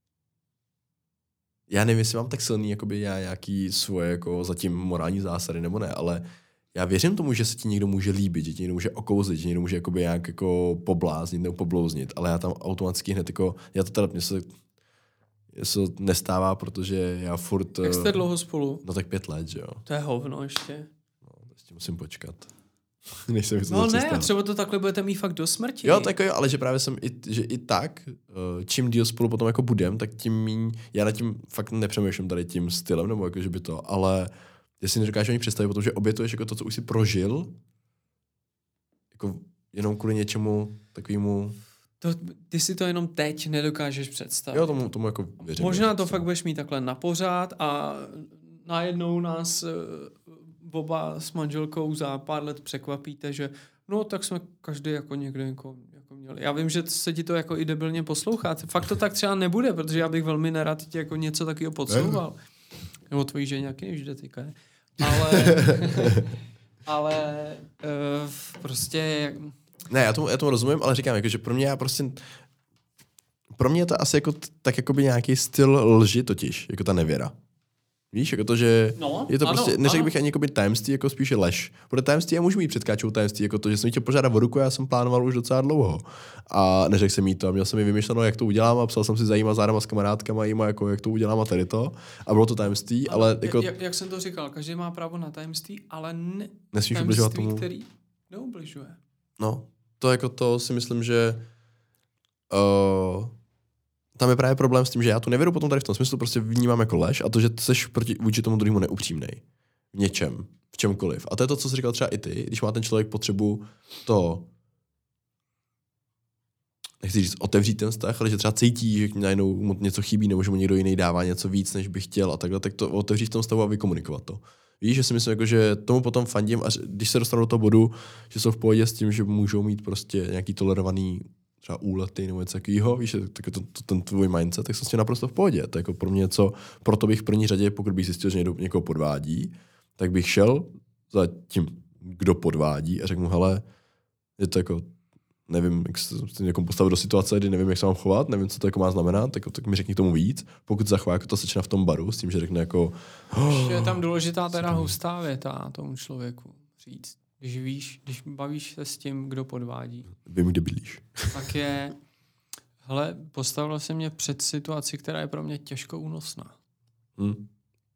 já nevím, jestli mám tak silný, jakoby já nějaký svoje jako zatím morální zásady, nebo ne, ale já věřím tomu, že se ti někdo může líbit, že ti někdo může okouzlit, že někdo může jakoby nějak jako pobláznit nebo poblouznit, ale já tam automaticky hned jako, já to teda, mně se, se nestává, protože já furt... Jak jste dlouho spolu? No tak pět let, že jo. To je hovno ještě. No, ještě musím počkat. Než se mi to no ne, stát. a třeba to takhle budete mít fakt do smrti. Jo, tak jo, ale že právě jsem i, že i tak, čím díl spolu potom jako budem, tak tím míň, já nad tím fakt nepřemýšlím tady tím stylem, nebo jako, že by to, ale já si nedokážu ani představit potom, že obětuješ jako to, co už si prožil, jako jenom kvůli něčemu takovému... To, ty si to jenom teď nedokážeš představit. Jo, tomu, tomu jako věřím. Možná to fakt budeš mít takhle na pořád a najednou nás oba s manželkou za pár let překvapíte, že no tak jsme každý jako někde jako, jako měli. Já vím, že se ti to jako i debilně poslouchá. Fakt to tak třeba nebude, protože já bych velmi nerad ti jako něco takového podsouval. Nebo tvojí ženě nějaký nevždy týká. Ale, ale uh, prostě... Ne, já tomu, já tomu rozumím, ale říkám, jako, že pro mě já prostě... Pro mě je to asi jako, tak jako by nějaký styl lži totiž, jako ta nevěra. Víš, jako to, že no, je to ano, prostě, neřekl ano. bych ani jako by tajemství, jako spíše lež. Protože tajemství já můžu mít předkáčou tajemství, jako to, že jsem tě požádal o ruku, já jsem plánoval už docela dlouho. A neřekl jsem jí to, a měl jsem mi vymyšleno, jak to udělám, a psal jsem si za jíma zárama s kamarádkama, jíma, jako, jak to udělám a tady to. A bylo to tajemství, ano, ale jako... Jak, jak jsem to říkal, každý má právo na tajemství, ale ne nesmíš ubližovat tajemství, tomu. který neubližuje. No, to jako to si myslím, že uh, tam je právě problém s tím, že já tu nevěru potom tady v tom smyslu prostě vnímám jako lež a to, že jsi proti, vůči tomu druhému neupřímnej. V něčem, v čemkoliv. A to je to, co jsi říkal třeba i ty, když má ten člověk potřebu to, nechci říct otevřít ten vztah, ale že třeba cítí, že najednou mu něco chybí, nebo že mu někdo jiný dává něco víc, než by chtěl a takhle, tak to otevřít v tom stavu a vykomunikovat to. Víš, že si myslím, jako, že tomu potom fandím, a když se dostanu do toho bodu, že jsou v pohodě s tím, že můžou mít prostě nějaký tolerovaný třeba úlety nebo něco takového, víš, tak to, to, ten tvůj mindset, tak jsem s tím naprosto v pohodě. To je jako pro mě něco, proto bych v první řadě, pokud bych zjistil, že někdo někoho podvádí, tak bych šel za tím, kdo podvádí a řekl mu, hele, je to jako, nevím, jak se někomu postavit do situace, kdy nevím, jak se mám chovat, nevím, co to jako má znamenat, tak, tak mi řekni k tomu víc. Pokud zachová jako to sečna v tom baru, s tím, že řekne jako... Oh, je tam důležitá teda hustá věta tomu člověku říct. Když víš, když bavíš se s tím, kdo podvádí. Vím, kde bydlíš. Tak je, hele, postavila se mě před situaci, která je pro mě těžko únosná. Hmm.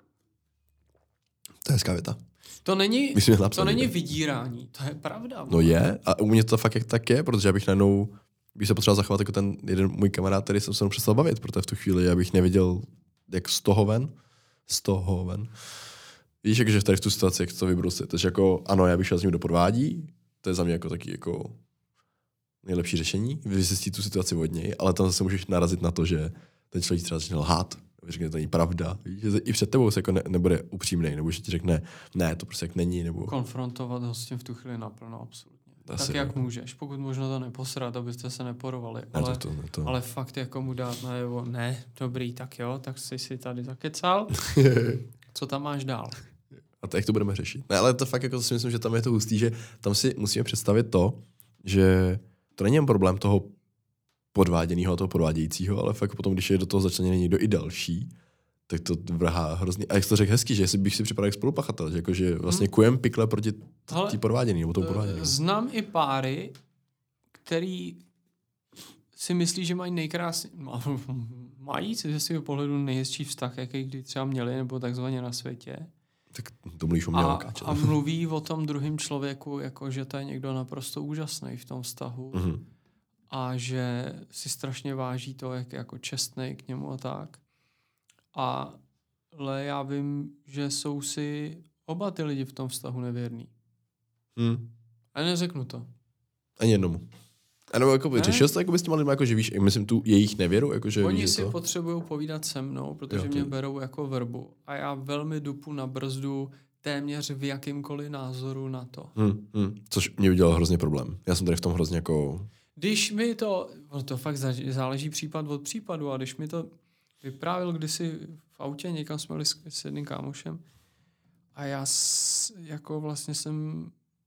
To je hezká věta. To není, to není vydírání, to je pravda. No je, a u mě to fakt jak tak je, protože já bych najednou, bych se potřeboval zachovat jako ten jeden můj kamarád, který jsem se mnou přestal bavit, protože v tu chvíli já bych nevěděl, jak z toho ven, z toho ven. Víš, že tady v tu situaci, jak to vybrusit. Takže jako, ano, já bych šel s ním, kdo podvádí, to je za mě jako taky jako nejlepší řešení, vyzjistit tu situaci od něj, ale tam zase můžeš narazit na to, že ten člověk třeba začne lhát, řekne, to není pravda. Víš, že i před tebou se jako ne, nebude upřímnej, nebo že ti řekne, ne, to prostě jak není. Nebo... Konfrontovat ho s tím v tu chvíli naplno, absolutně. To tak jak ne. můžeš, pokud možno to neposrat, abyste se neporovali. Ne, ale, to, to, to. ale fakt jako mu dát najevo, ne, dobrý, tak jo, tak jsi si tady zakecal. Co tam máš dál? A to jak to budeme řešit? Ne, ale to fakt jako si myslím, že tam je to hustý, že tam si musíme představit to, že to není jen problém toho podváděného a toho podvádějícího, ale fakt potom, když je do toho začleněný někdo i další, tak to vrhá hrozný. A jak jsi to řekl hezky, že jestli bych si připadal jak spolupachatel, že, jako, že vlastně hmm. kujem pikle proti tý podváděný nebo tomu podváděný. Znám i páry, který si myslí, že mají nejkrásný, mají ze svého pohledu nejhezčí vztah, jaký kdy třeba měli, nebo takzvaně na světě. Tak to mluvíš o mě. A, a mluví o tom druhém člověku, jako že to je někdo naprosto úžasný v tom vztahu. Mm-hmm. A že si strašně váží to, jak je jako čestnej k němu a tak. A, ale já vím, že jsou si oba ty lidi v tom vztahu nevěrný. Hmm. A neřeknu to. Ani jednomu. A nebo jako by řešil jsi to jako by s těma lidmi, jako že víš, myslím tu jejich nevěru? Jako, že Oni víš, si to? potřebují povídat se mnou, protože jo, mě berou jako vrbu. A já velmi dupu na brzdu téměř v jakýmkoliv názoru na to. Hmm, hmm. Což mě udělal hrozně problém. Já jsem tady v tom hrozně jako... Když mi to, to fakt záleží případ od případu, a když mi to vyprávěl kdysi v autě, někam jsme byli s, s jedným kámošem a já s, jako vlastně jsem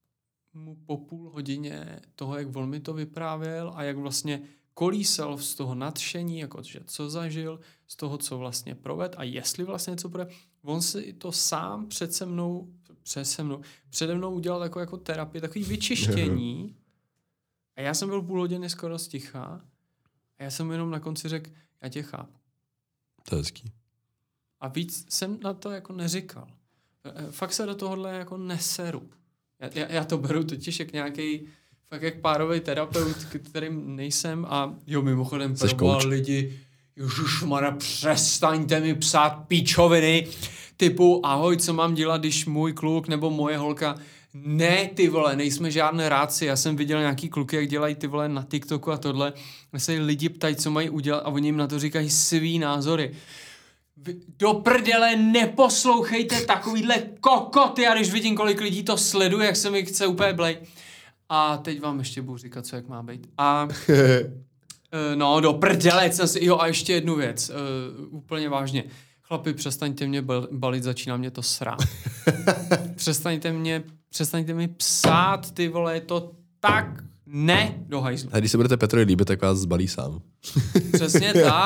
mu po půl hodině toho, jak on mi to vyprávěl a jak vlastně kolísal z toho nadšení, jako že co zažil, z toho, co vlastně proved a jestli vlastně něco proved. On si to sám před se mnou, před se mnou, přede mnou udělal takovou jako terapii, takový vyčištění. A já jsem byl půl hodiny skoro sticha a já jsem jenom na konci řekl, já tě chápu. To je hezký. A víc jsem na to jako neříkal. Fakt se do tohohle jako neseru. Já, já, já to beru totiž jak nějaký fakt jak párový terapeut, kterým nejsem a jo, mimochodem proboha lidi, ježišmarja, přestaňte mi psát píčoviny typu ahoj, co mám dělat, když můj kluk nebo moje holka. Ne, ty vole, nejsme žádné ráci. Já jsem viděl nějaký kluky, jak dělají ty vole na TikToku a tohle. Se lidi ptají, co mají udělat a oni jim na to říkají svý názory. Vy, do prdele, neposlouchejte takovýhle kokoty, a když vidím, kolik lidí to sleduje, jak se mi chce úplně blej. A teď vám ještě budu říkat, co jak má být. A no, do prdele, jsem si, jo, a ještě jednu věc, uh, úplně vážně. Chlapi, přestaňte mě balit, začíná mě to srát. přestaňte mě, přestaňte mi psát, ty vole, je to tak ne do hajzlu. A když se budete Petrovi líbit, tak vás zbalí sám. Přesně tak.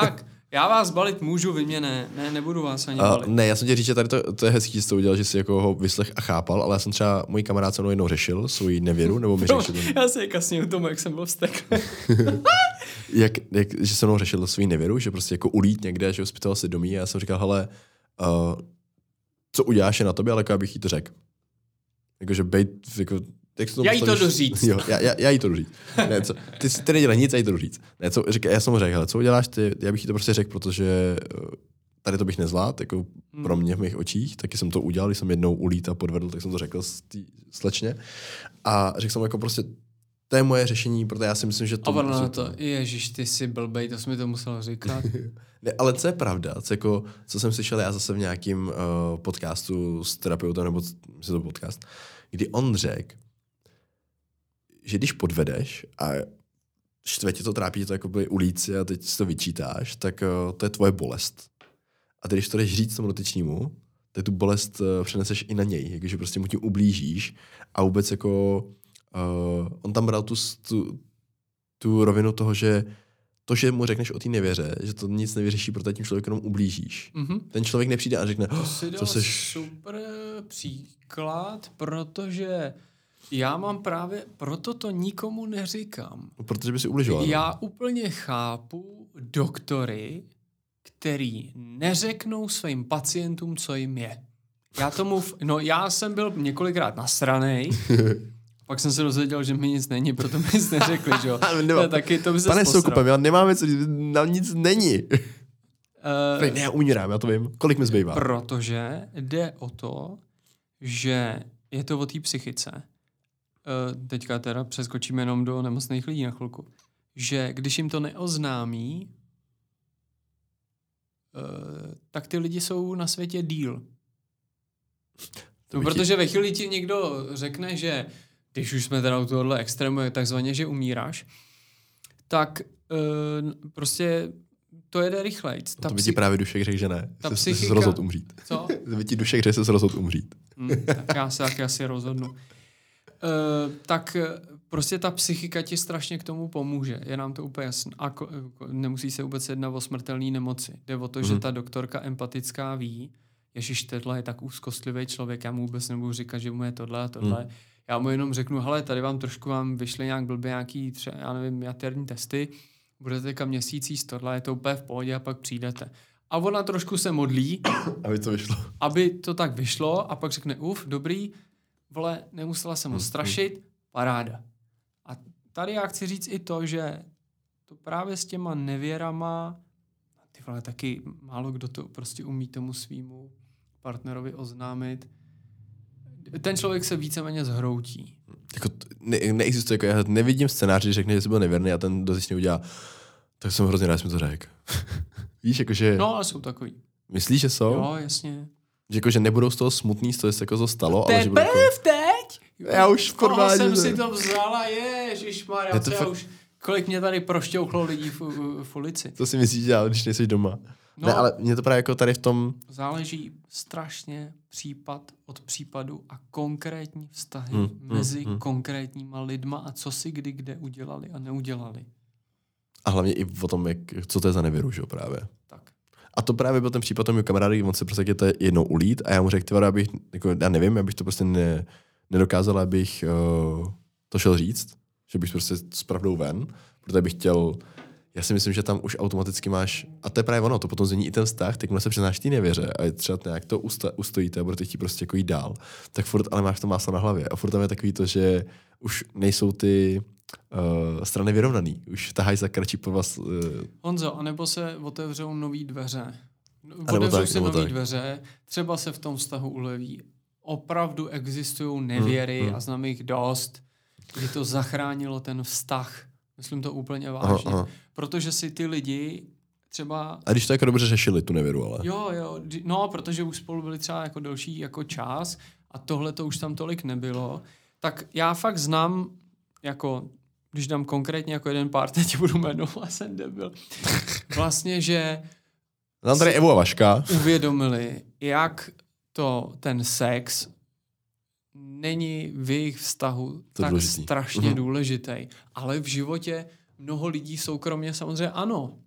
Já vás balit můžu, vy mě ne. Ne, nebudu vás ani Uh, balit. ne, já jsem ti říct, že tady to, to je hezký, že jsi to udělal, že jsi jako ho vyslech a chápal, ale já jsem třeba, můj kamarád se mnou jednou řešil svoji nevěru, nebo mi řekl, že to... Já si kasně u tomu, jak jsem byl vztek. jak, jak, že se mnou řešil svoji nevěru, že prostě jako ulít někde, že ho zpytoval se domí a já jsem říkal, hele, uh, co uděláš je na tobě, ale jako abych jí to řekl. Jakože bejt, jako, jak to já jí to jdu říct. Jo, já, já, já jí to jdu říct. Ne, co, ty si ty nedělej nic, já jí to jdu říct. Ne, co, říká, já jsem mu řekl, hele, co uděláš ty, já bych jí to prostě řekl, protože tady to bych nezvládl, jako hmm. pro mě v mých očích, taky jsem to udělal, když jsem jednou ulít a podvedl, tak jsem to řekl slečně. A řekl jsem jako prostě, to je moje řešení, protože já si myslím, že to... A ono prostě to, ježiš, ty jsi blbej, to jsi mi to musel říkat. Ne, ale co je pravda, co, jako, co jsem slyšel já zase v nějakým uh, podcastu s terapeutem, nebo myslím to podcast, kdy on řekl, že když podvedeš a štve tě to, trápí to jako ulíci a teď si to vyčítáš, tak uh, to je tvoje bolest. A když to jdeš říct tomu dotyčnímu, tak tu bolest uh, přeneseš i na něj, jakože prostě mu tím ublížíš a vůbec jako uh, on tam bral tu, tu, tu rovinu toho, že to, že mu řekneš o té nevěře, že to nic nevyřeší, protože tím člověk jenom ublížíš. Mm-hmm. Ten člověk nepřijde a řekne, to si to dal seš... super příklad, protože já mám právě, proto to nikomu neříkám. Protože by si ubližoval. Já úplně chápu doktory, který neřeknou svým pacientům, co jim je. Já tomu, no já jsem byl několikrát nasranej, pak jsem se dozvěděl, že mi nic není, proto mi nic neřekli, že jo. Nemá, to taky, to by se pane spostral. Soukupe, já nemáme, co, nám nic není. Uh, ne, já umírám, já to vím. Kolik mi zbývá? Protože jde o to, že je to o té psychice. Uh, teďka teda přeskočíme jenom do nemocných lidí na chvilku. Že když jim to neoznámí, uh, tak ty lidi jsou na světě díl. No, protože ve chvíli ti někdo řekne, že když už jsme teda u tohohle extrému, takzvaně, že umíráš, tak uh, prostě to jede rychlejc. To by ti právě Dušek řekl, že ne. Ta jsi, psychika... jsi rozhodl umřít. Co? To by ti Dušek řekl, že jsi rozhodl umřít. Hmm, tak já se taky asi rozhodnu. Uh, tak prostě ta psychika ti strašně k tomu pomůže. Je nám to úplně jasné. A ko, nemusí se vůbec jednat o smrtelné nemoci. Jde o to, hmm. že ta doktorka empatická ví, ježiš, tohle je tak úzkostlivý člověk, já mu vůbec nebudu říkat, že mu je tohle a tohle. Hmm. Já mu jenom řeknu, hele, tady vám trošku vám vyšly nějak blbě nějaký, třeba, já nevím, jaterní testy, budete teďka měsíc jíst tohle, je to úplně v pohodě a pak přijdete. A ona trošku se modlí, aby to vyšlo. Aby to tak vyšlo a pak řekne, uf, dobrý, vole, nemusela jsem ho strašit, paráda. A tady já chci říct i to, že to právě s těma nevěrama, ty vole, taky málo kdo to prostě umí tomu svýmu partnerovi oznámit. Ten člověk se víceméně zhroutí. Jako ne, neexistuje, jako já nevidím scénář, že řekne, že jsi byl nevěrný a ten dotyčný udělá, tak jsem hrozně rád, že mi to řekl. Víš, jakože... No, ale jsou takový. Myslíš, že jsou? Jo, jasně. Že jakože nebudou z toho smutný, z toho, se jako to stalo, Teprv ale že budou jako... teď? Já už Koho jsem si to vzala, ježišmarja, co já fakt... už... Kolik mě tady prošťouchlo lidí v, v, v ulici. To si myslíš, že když nejsi doma. No, ne, ale mě to právě jako tady v tom... Záleží strašně případ od případu a konkrétní vztahy hmm, mezi hmm, hmm. konkrétníma lidma a co si kdy kde udělali a neudělali. A hlavně i o tom, jak, co to je za nevěru, že jo, právě. Tak. A to právě byl ten případ toho mého kamarády, on se prostě to jednou ulít a já mu řekl, tyvara, abych, jako, já nevím, abych to prostě ne, nedokázal, abych uh, to šel říct, že bych prostě s pravdou ven, protože bych chtěl, já si myslím, že tam už automaticky máš, a to je právě ono, to potom změní i ten vztah, tak se přiznáš té nevěře a třeba nějak to usta, ustojíte a budete chtít prostě jako jít dál, tak furt ale máš to máslo na hlavě a furt tam je takový to, že už nejsou ty uh, strany vyrovnaný, už tahají za kratší po vás. Uh... Honzo, anebo se otevřou nový dveře. A Otevřou se nový dveře, třeba se v tom vztahu uleví. Opravdu existují nevěry hmm, hmm. a znám jich dost, kdy to zachránilo ten vztah. Myslím to úplně vážně. Aha, aha. Protože si ty lidi třeba... A když to jako dobře řešili, tu nevěru, ale... Jo, jo. No, protože už spolu byli třeba jako delší jako čas a tohle to už tam tolik nebylo. Tak já fakt znám, jako, když dám konkrétně jako jeden pár, teď budu jmenovat, jsem debil. Vlastně, že... Znám tady Evu a Vaška. Uvědomili, jak to, ten sex není v jejich vztahu to tak důležitý. strašně uh-huh. důležitý. Ale v životě mnoho lidí soukromně samozřejmě ano.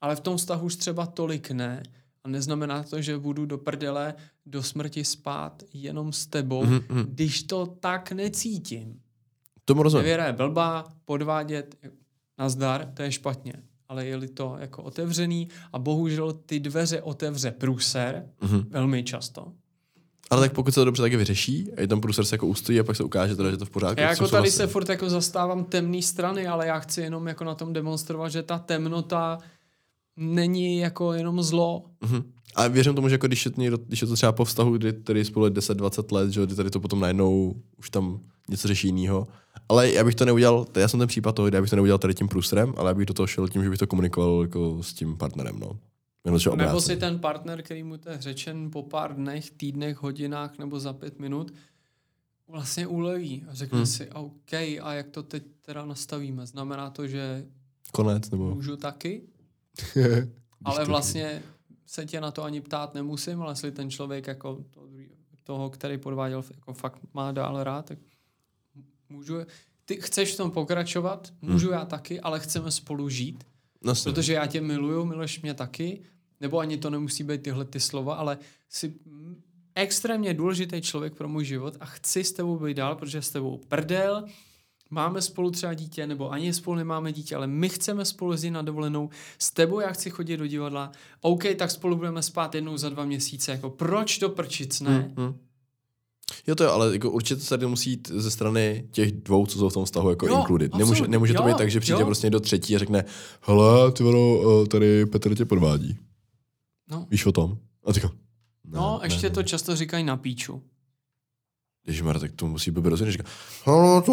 ale v tom vztahu už třeba tolik ne. A neznamená to, že budu do prdele do smrti spát jenom s tebou, mm-hmm. když to tak necítím. Tomu rozumím. Nevěra je blbá, podvádět, nazdar, to je špatně. Ale je-li to jako otevřený a bohužel ty dveře otevře průser mm-hmm. velmi často. Ale tak pokud se to dobře taky vyřeší, a je tam průser se jako ustojí a pak se ukáže teda, že to v pořádku. Já jako tady vlastně... se furt jako zastávám temné strany, ale já chci jenom jako na tom demonstrovat, že ta temnota není jako jenom zlo. Mm-hmm. A věřím tomu, že jako když, je to, když je to třeba po vztahu, kdy tady spolu deset dvacet let, že kdy tady to potom najednou už tam něco řeší jinýho. Ale já bych to neudělal, já jsem ten případ toho, já bych to neudělal tady tím průserem, ale já bych do toho šel tím, že bych to komunikoval jako s tím partnerem, no. Nebo si ten partner, který mu to je řečen po pár dnech, týdnech, hodinách nebo za pět minut, vlastně uleví a řekne hmm. si, OK, a jak to teď teda nastavíme? Znamená to, že konec, nebo můžu taky? Ale vlastně se tě na to ani ptát nemusím, ale jestli ten člověk jako toho, který podváděl, jako fakt má dál rád, tak můžu... Ty chceš v tom pokračovat? Můžu hmm. já taky, ale chceme spolu žít. No, protože já tě miluju, miluješ mě taky, nebo ani to nemusí být tyhle ty slova, ale jsi extrémně důležitý člověk pro můj život a chci s tebou být dál, protože s tebou prdel, máme spolu třeba dítě, nebo ani spolu nemáme dítě, ale my chceme spolu jezdit na dovolenou, s tebou já chci chodit do divadla, OK, tak spolu budeme spát jednou za dva měsíce, jako proč do prčic, ne? Hmm, hmm. Jo to jo, ale jako určitě se tady musí jít ze strany těch dvou, co jsou v tom vztahu jako jo, included. Nemůže, nemůže to jo, být tak, že přijde jo. prostě do třetí a řekne hele, ty vado, tady Petr tě podvádí. No. Víš o tom? A tyko, ne, no, ne, ještě ne. To často říkají na píču. Ježišmarja, tak to musí být rozhodně říkat hele,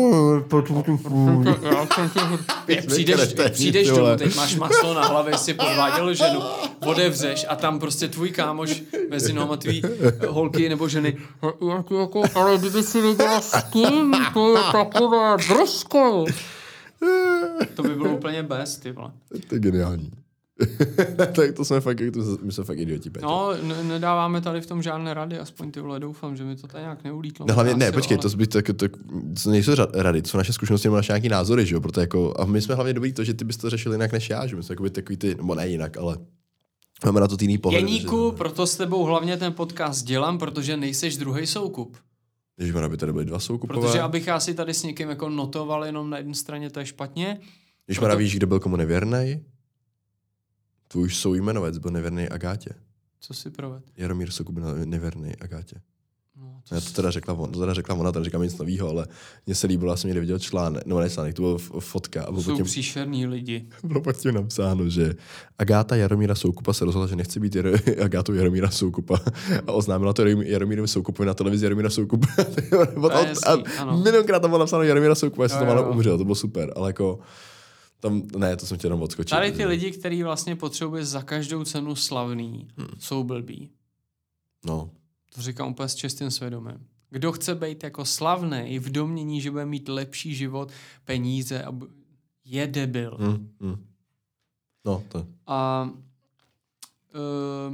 to je... Přijdeš, přijdeš domů, teď máš maslo na hlavě, si podváděl ženu, odevřeš a tam prostě tvůj kámoš mezi nohama tvý holky nebo ženy. Ale kdyby si nedělal s tím, to je takové držko. To by bylo úplně bez, ty vole. To je geniální. Tak to jsme fakt, to my jsme fakt idioti, Petě. No, n- nedáváme tady v tom žádné rady, aspoň ty vole, doufám, že mi to tady nějak neulítlo. No hlavně, ne, počkej, ale... to, by, tak, to, to nejsou rady, to jsou naše zkušenosti nebo naše nějaký názory, že jo, proto jako, a my jsme hlavně dobrý to, že ty bys to řešil jinak než já, že my jsme jako takový ty, nebo ne jinak, ale máme na to jiný pohled. Jeníku, že... proto s tebou hlavně ten podcast dělám, protože nejseš druhý soukup. Ježišmarja, by tady byly dva soukupové. Protože abych já si tady s někým jako notoval jenom na jedné straně, to je špatně. Ježišmarja, proto... víš, kdo byl komu nevěrnej? Tvůj soujmenovec byl nevěrný Agátě. Co si proved? Jaromír Soukup byl nevěrný Agátě. No, to já to teda řekla, to teda řekla ona, to neříkám nic novýho, ale mně se líbilo, já jsem někde viděl článek, no ne článek, to byl fotka. A jsou tím, příšerní lidi. Bylo pod tím napsáno, že Agáta Jaromíra Soukupa se rozhodla, že nechce být Jaro- Agátou Jaromíra Soukupa a oznámila to Jaromírovi Soukupovi na televizi Jaromíra Soukupa. a milionkrát tam bylo napsáno Jaromíra Soukupa, jestli to málo umřel, to bylo super, ale jako tam, ne, to jsem chtěl jenom odskočit. Tady ty lidi, kteří vlastně potřebují za každou cenu slavný, hmm. jsou blbí. No. To říkám úplně s čistým svědomím. Kdo chce být jako slavný v domnění, že bude mít lepší život, peníze, a je debil. Hmm. Hmm. No, to. A uh,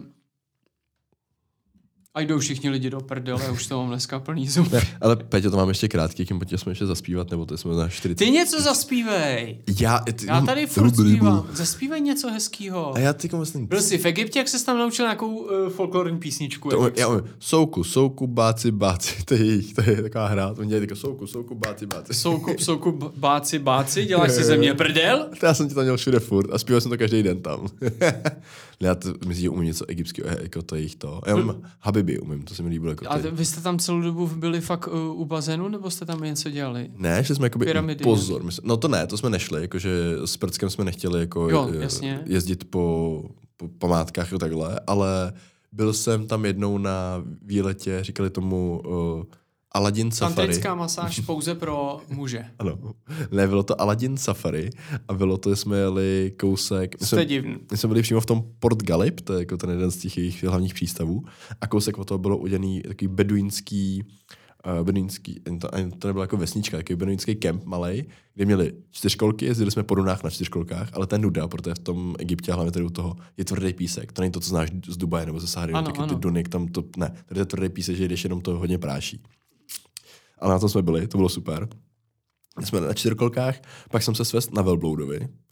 a jdou všichni lidi do prdele, už to mám dneska plný zub. Ne, ale Peťo, to máme ještě krátký, kým pojďme jsme ještě zaspívat, nebo to jsme na čtyřicet. Ty něco zaspívej! Já, ty, Já tady furt zpívám. Zaspívej něco hezkýho. A já ty myslím... Byl jsi v Egyptě, jak jsi tam naučil nějakou uh, folklorní písničku? To, já umím. Souku, souku, báci, báci. To je, to je taková hra. To dělají takovou souku, souku, báci, báci. Soukup, soukup, báci, báci. Děláš si ze mě prdel? To já jsem ti tam měl všude furt a zpíval jsem to každý den tam. Já to myslím, že umím něco egyptského, jako to jich to. Já umím Habibi, umím, to se mi líbilo. Jako a vy jste tam celou dobu byli fakt uh, u bazénu, nebo jste tam něco dělali? Ne, že jsme jakoby, Pyramidy, pozor, my, no to ne, to jsme nešli, jakože s Prckem jsme nechtěli jako jo, jasně. jezdit po, po památkách a takhle, ale byl jsem tam jednou na výletě, říkali tomu uh, Aladin Safari. Tantrická masáž pouze pro muže. Ano, ne, bylo to Aladin Safari a bylo to, že jsme jeli kousek... Jste jsme, divný. My jsme byli přímo v tom Port Galip, to je jako ten jeden z těch jejich hlavních přístavů a kousek od toho bylo udělaný takový beduínský, uh, beduínský, to, to nebylo jako vesnička, takový beduínský kemp malej, kde měli čtyřkolky, jezdili jsme po dunách na čtyřkolkách, ale ten nuda, protože v tom Egyptě a hlavně tady u toho je tvrdý písek. To není to, co znáš z Dubaje nebo ze Sahary, taky ty duny, tam to, ne, tady je tvrdý písek, že jdeš jenom to hodně práší. Ale na to jsme byli, to bylo super. Jsme na čtyřkolkách, pak jsem se svést na velbloudovi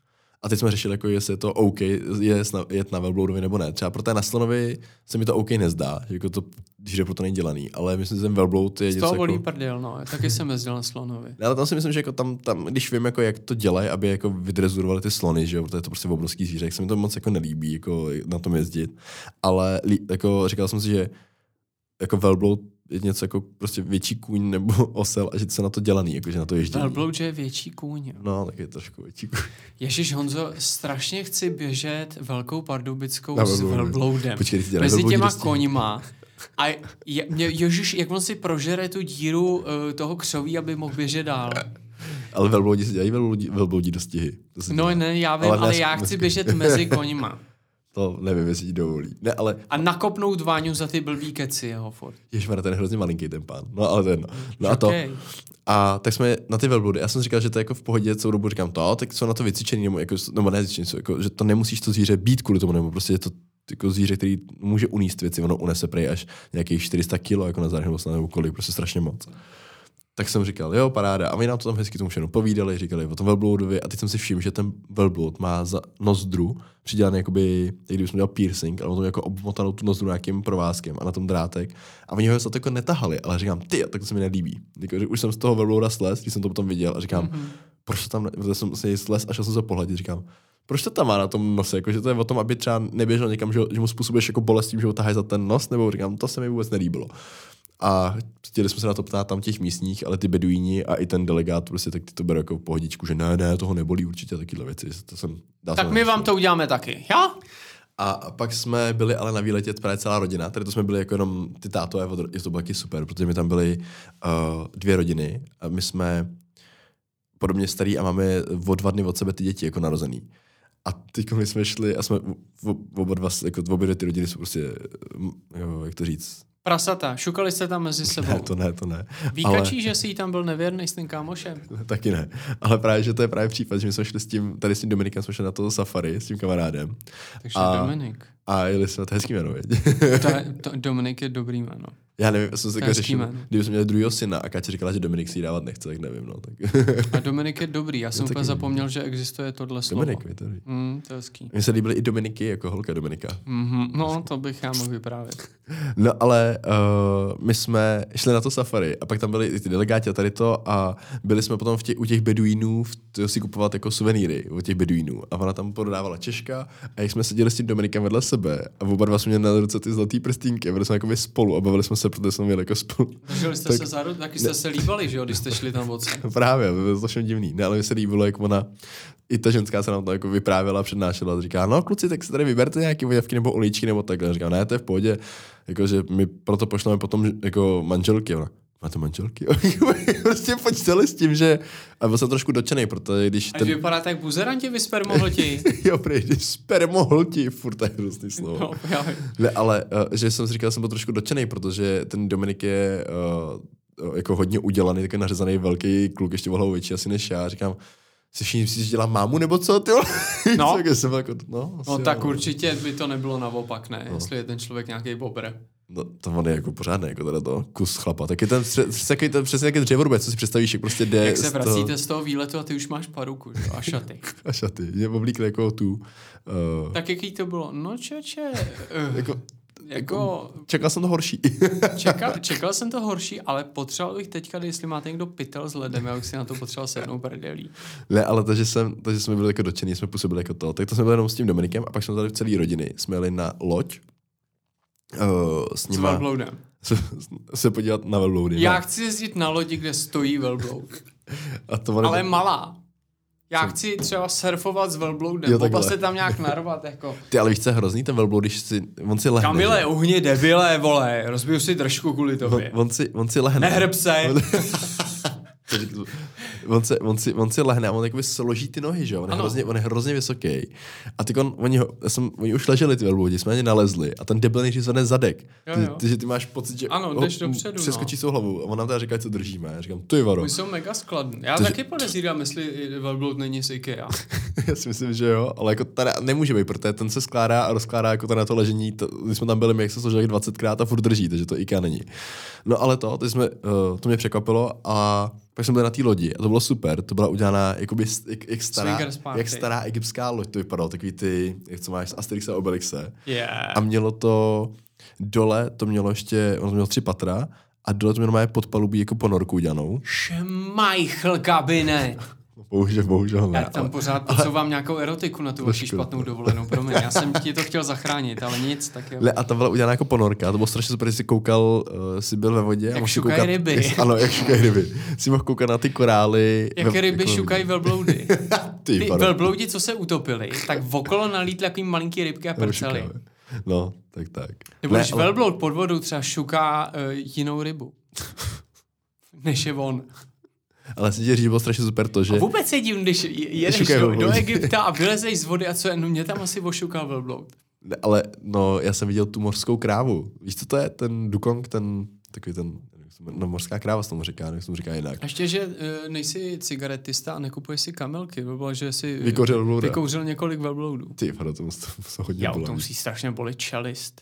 A teď jsme řešili, jako jestli je to OK je jet na velbloudovi nebo ne. Třeba pro té na slonovi se mi to OK nezdá, že jako to díře proto není dělaný, ale myslím, že ten velbloud je z něco toho volí jako... prdel, no. Taky jsem jezdil na slonovi. Ale tam si myslím, že jako tam, tam, když vím, jako jak to dělají, aby jako vydrezurovali ty slony, že jo, protože je to prostě obrovský zvíře, jak se mi to moc jako nelíbí, jako na tom jezdit. Ale jako říkal jsem si, že jako velbloud je něco jako prostě větší kůň nebo osel a že to se na to dělaný, jakože na to ježdění. Velbloud, že je větší kůň. Jo. No, tak je trošku větší kůň. Ježiš Honzo, strašně chci běžet velkou pardubickou Na s velbloudem. velbloudem. Počkej, ty mezi těma dosti. koňma. A je, mě, ježiš, jak on si prožere tu díru uh, toho křoví, aby mohl běžet dál. Ale velbloudi si dělají velbloudí, velbloudí dostihy. No dělá. ne, já vím, ale, ale já chci běžet mezi koňma. To nevím, jestli ti dovolí. Ne, ale... A nakopnout Váňu za ty blbý keci jeho furt. Ježmar, ten je hrozně malinký ten pán. No ale ten. No a Okay. to. A tak jsme na ty velbloudy. Já jsem říkal, že to je jako v pohodě celou dobu. Říkám to, tak jsou na to vycvičený, nebo, jako, nebo ne vycvičený, jako, že to nemusíš to zvíře být kvůli tomu, nebo prostě je to jako zvíře, který může uníst věci, ono unese prej až nějakých čtyři sta kilo, jako na záři nebo snad nebo kolik, prostě strašně moc. Tak jsem říkal, jo, paráda. A my nám to tam hezky tomu všechno povídali, říkali o tom velbloudovi a teď jsem si všiml, že ten velbloud má za nozdru přidělaný jakoby, jak kdybychom dělal piercing, ale on to jako obmotanou tu nozdru nějakým provázkem a na tom drátek. A oni ho to jako netahali, ale říkám, ty, tak to se mi nelíbí. Jako, že už jsem z toho velblouda slez, když jsem to potom viděl a říkám, mm-hmm. proč to tam, protože jsem se slez a šel jsem se pohladit, říkám, proč to tam má na tom nose, jako, že to je o tom, aby třeba neběžel někam, že, že mu způsobuješ jako bolest tím, že ho tahají za ten nos, nebo říkám, to se mi vůbec nelíbilo. A chtěli jsme se na to ptát tam těch místních, ale ty beduíni a i ten delegát prostě tak ty to berou jako pohodičku, že ne, ne, toho nebolí určitě takyhle věci. To jsem, tak my vám to uděláme taky, jo? A pak jsme byli ale na výletě právě celá rodina, tady to jsme byli jako jenom ty tátové, je to bylo taky super, protože my tam byli uh, dvě rodiny a my jsme podobně starý a máme o dva dny od sebe ty děti jako narozený. A teď my jsme šli a jsme oba dva, jako obě ty rodiny jsou prostě, jo, jak to říct, prasata, šukali jste tam mezi sebou. Ne, to ne, to ne. Výkačí, ale... že jsi tam byl nevěrný s tím kámošem. Taky ne. Ale právě, že to je právě případ, že my jsme šli s tím, tady s tím Dominikem jsme šli na to safari s tím kamarádem. Takže a, Dominik. A jeli jsme, to hezký jméno, to je, to, Dominik je dobrý jméno. Já nevím, já jsem se jako řešil, jméno. kdyby jsme měli druhýho syna a Káťa říkala, že Dominik si ji dávat nechce, tak nevím, no. Tak. A Dominik je dobrý, já jsem úplně zapomněl, že existuje tohle slovo. Dominik, je to mm, to je hezký. Mně se líbily i Dominiky, jako holka Dominika. Mm-hmm, no, to bych já mohl vyprávět. No ale uh, my jsme šli na to safari a pak tam byli ty delegáti a tady to a byli jsme potom v tě, u těch beduínů v, si kupovat jako suvenýry u těch beduínů a ona tam prodávala Češka a jak jsme seděli s tím Dominikem vedle sebe a oba dva jsme měli na ruce ty zlatý prstínky a byli jsme jako spolu a bavili jsme se, protože jsme měli jako spolu. Drželi jste tak, se zároveň, taky jste ne. se líbali, že jo, když jste šli tam od se. Právě, to bylo strašně divný. Ne, ale mi se líbilo, jak ona, i ta ženská se nám to jako vyprávěla, přednášela a říká, no kluci, tak si tady vyberte nějaký vojevky nebo olíčky nebo takhle. Říká, ne, to je v pohodě, jakože my proto pošleme potom jako manželky. Ona, máte manželky? Prostě počítali s tím, že... A byl jsem trošku dočenej, protože když... Ten... Až vypadá tak buzeranti, vy spermohlti. Jo, prý, spermohlti, furt to je hrozný slovo. No, já... Ne, ale uh, že jsem si říkal, že jsem byl trošku dočenej, protože ten Dominik je uh, jako hodně udělaný, takový nařezaný velký kluk, ještě o hlavu větší asi než já. Říkám, si všichni myslíš, že dělá mámu, nebo co, ty? No, jsem jako, no, no tak jo. Určitě by to nebylo naopak, ne? No. Jestli je ten člověk nějaký bobr. No, to on je jako pořádný, jako teda to kus chlapa. Taky ten, taky ten přesně taky dřevorubec, co si představíš, jak prostě jde. Jak se vracíte z toho, z toho výletu a ty už máš paruku, že? A šaty. A šaty. Mě oblíkli jako tu. Uh... Tak jaký to bylo? No čeče. Uh, jako, jako, čekal jsem to horší. čekal, čekal jsem to horší, ale potřeboval bych teďka, jestli máte někdo pytel s ledem, já bych si na to potřeboval sednout brdelí. Ne, ale to, že, jsem, to, že jsme byli jako dočení, jsme působili jako to, tak to jsme byli jenom s tím Dominikem a pak jsme tady v celé rodiny. Jsme jeli na loď. Uh, s nima, s velbloudem. Se, se podívat na velbloudy. Já ne? chci jezdit na lodi, kde stojí velbloud. A to ale to... malá. Já jsem... chci třeba surfovat s velbloudem, oba se tam nějak narvat, jako. Ty, ale víš, co je hrozný ten velbloud, když si, on si lehne. Kamile, že? Uhni, debile, vole, rozbiju si držku kvůli tobě. On, on, si, on si lehne. Nehrb se. On, se, on, si, on si lehne a on jakoby složí ty nohy, že jo? On, je hrozně, on je hrozně vysoký. A ty on, oni, ho, jsem, oni už leželi ty velbloudi, jsme na ně nalezli a ten debil nejdřív zvedne zadek. Jo, jo. Ty, ty, ty máš pocit, že ano, jdeš dopředu, přeskočí no. svou hlavu a on nám teda říká, co držíme. Já říkám, ty varo. Oni jsou mega skladní. Já to, taky že... podezírám, jestli velbloud není z IKEA. Já si myslím, že jo, ale jako tady nemůže být, protože ten se skládá a rozkládá jako to na to ležení. To, když jsme tam byli, my jak se složili dvacetkrát a furt drží, takže to IKEA není. No ale to, to, jsme, uh, to mě překvapilo a Pak jsme byli na té lodi a to bylo super. To byla udělaná jakoby, jak, jak, stará, Swingers party. jak stará egyptská loď. To vypadalo takový ty, jak co máš z Asterixa a Obelixe. Yeah. A mělo to dole, to mělo ještě, ono to mělo tři patra a dole to mělo má podpalubí jako ponorku udělanou. Šmajchl kabine. Bohužel, bohužel ne. Já tam ale, pořád podsouvám nějakou erotiku na tu vaši špatnou dovolenou. Promiň, já jsem ti to chtěl zachránit, ale nic, tak jo. Le, a tam byla udělaná jako ponorka, to bylo strašně super, že jsi koukal, uh, jsi byl ve vodě. Jak a šukají koukat, ryby. Jest, ano, jak šukají ryby. Jsi mohl koukat na ty korály. Jak ve, ryby jako, šukají velbloudy. Ty, ty velbloudi, co se utopili, tak okolo nalítly takový malinký rybky a prcely. No, tak tak. Nebo když ale... velbloud pod vodou třeba šuká uh, jinou rybu. Než je on. Ale si tě říct, bylo strašně super to, že... A vůbec se divím, když jedeš do, do Egypta a vylezeš z vody a co je, no mě tam asi ošukal velbloud. Ne, ale no, já jsem viděl tu mořskou krávu. Víš, co to je? Ten dukong, ten, takový ten, no mořská kráva se tomu říká, nevím, se tomu říká jinak. Ještě, že uh, nejsi cigaretista a nekupuješ si kamelky, by bylo, že jsi vykouřil, vykouřil několik velbloudů. Ty, vado, to musí hodně Já, bolí. to musí strašně bolet čelist.